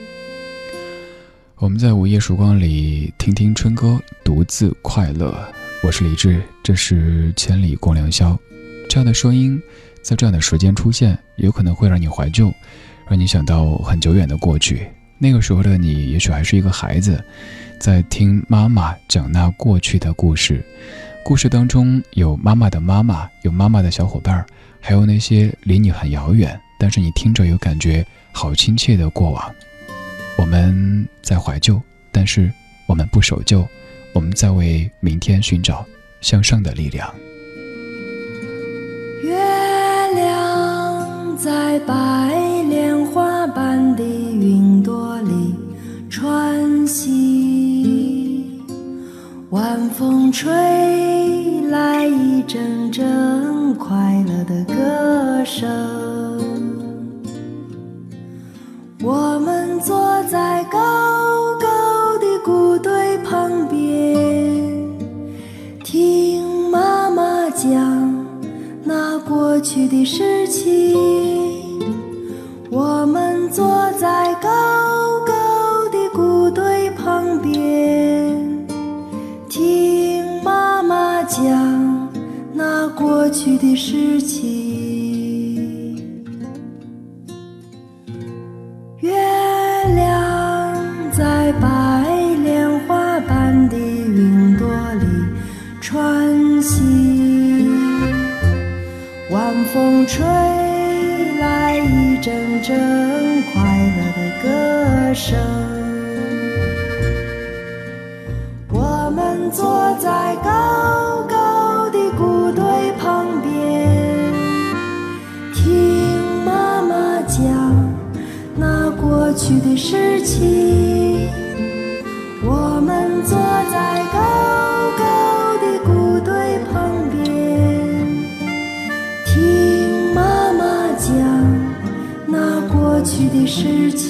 我们在午夜时光里听听春歌，独自快乐。我是李志，这是千里共良宵。这样的声音在这样的时间出现，有可能会让你怀旧，让你想到很久远的过去。那个时候的你也许还是一个孩子，在听妈妈讲那过去的故事。故事当中有妈妈的妈妈，有妈妈的小伙伴，还有那些离你很遥远，但是你听着有感觉好亲切的过往。我们在怀旧，但是我们不守旧，我们在为明天寻找向上的力量。 月亮在白莲花般的云朵里穿行，晚风吹来一阵阵快乐的歌声，我们坐在高高的谷堆旁边，听妈妈讲那过去的事情。我们坐在高高的谷过去的事情。月亮在白莲花般的云朵里穿行，晚风吹来一阵阵快乐的歌声。我们坐在高高的谷堆旁边，听妈妈讲那过去的事情。我们坐在高高的谷堆旁边，听妈妈讲那过去的事情。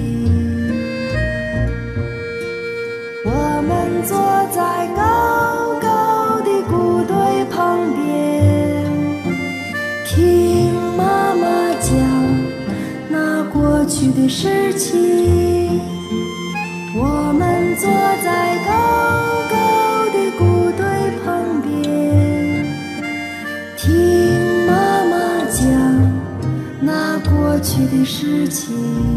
我们坐在高高的谷堆旁边，听妈妈讲那过去的事情。我们坐在高高的谷堆旁边，听妈妈讲那过去的事情。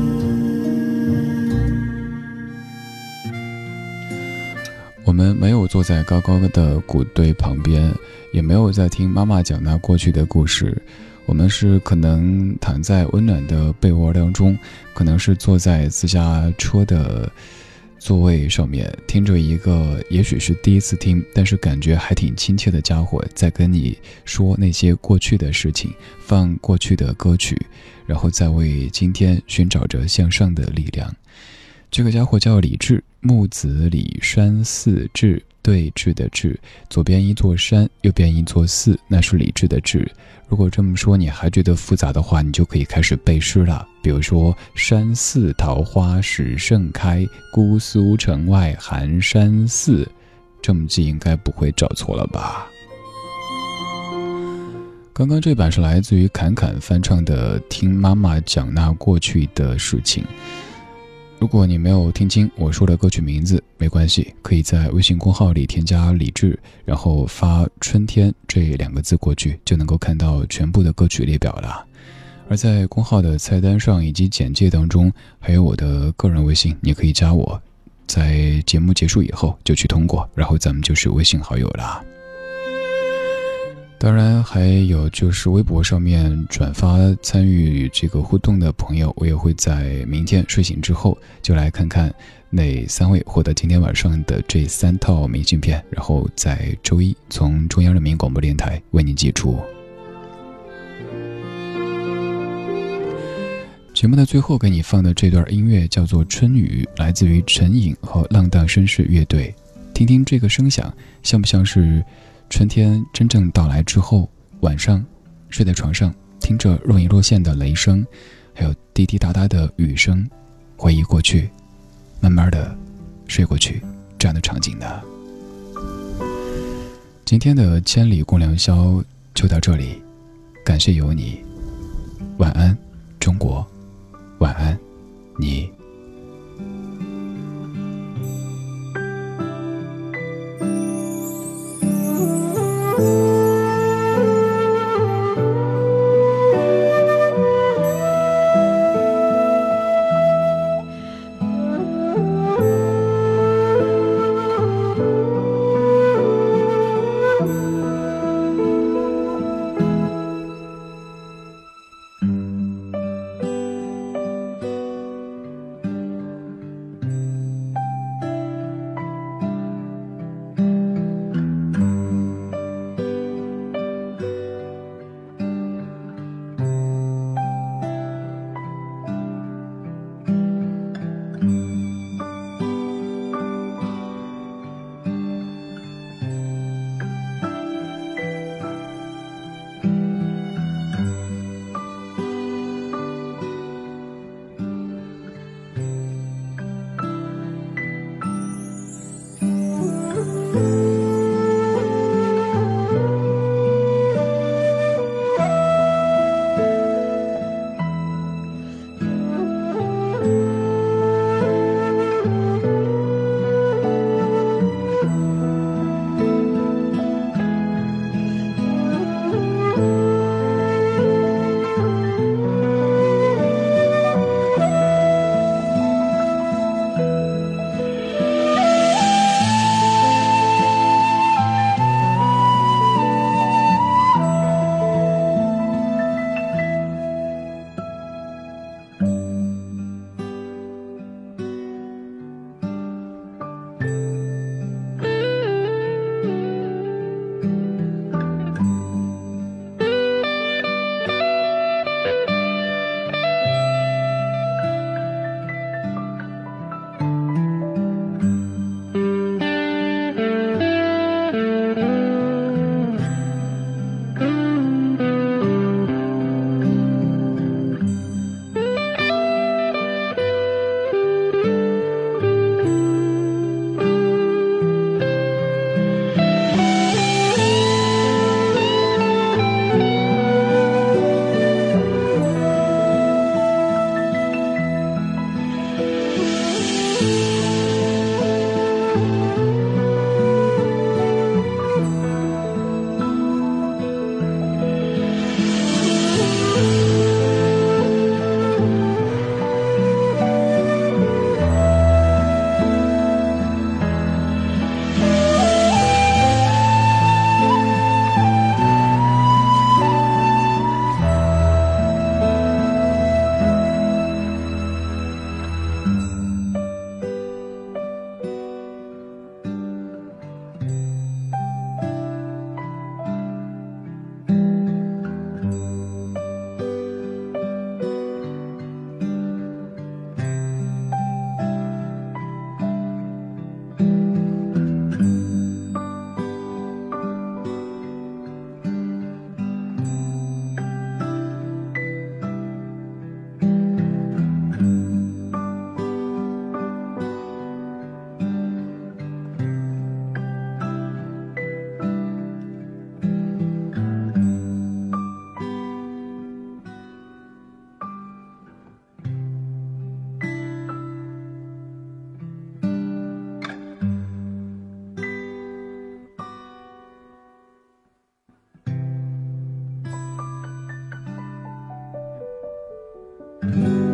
我们没有坐在高高的谷堆旁边，也没有在听妈妈讲那过去的故事。我们是可能躺在温暖的被窝当中，可能是坐在私家车的座位上面，听着一个也许是第一次听，但是感觉还挺亲切的家伙在跟你说那些过去的事情，放过去的歌曲，然后再为今天寻找着向上的力量。这个家伙叫李志，木子李山寺志，对峙的峙，左边一座山，右边一座寺，那是李志的志。如果这么说你还觉得复杂的话，你就可以开始背诗了。比如说山寺桃花始盛开，姑苏城外寒山寺，这么记应该不会找错了吧。刚刚这版是来自于侃侃翻唱的听妈妈讲那过去的事情。如果你没有听清我说的歌曲名字，没关系，可以在微信公号里添加李志，然后发春天这2个字过去，就能够看到全部的歌曲列表了。而在公号的菜单上以及简介当中还有我的个人微信，你可以加我，在节目结束以后就去通过，然后咱们就是微信好友了。当然还有就是微博上面转发参与这个互动的朋友，我也会在明天睡醒之后就来看看哪3位获得今天晚上的这3套明信片，然后在周一从中央人民广播电台为你寄出。节目的最后给你放的这段音乐叫做《春雨》，来自于陈颖和浪荡绅士乐队。听听这个声响，像不像是春天真正到来之后，晚上睡在床上，听着若隐若现的雷声，还有滴滴答答的雨声，回忆过去，慢慢的睡过去，这样的场景呢？今天的千里共良宵就到这里，感谢有你，晚安中国，晚安你。 你。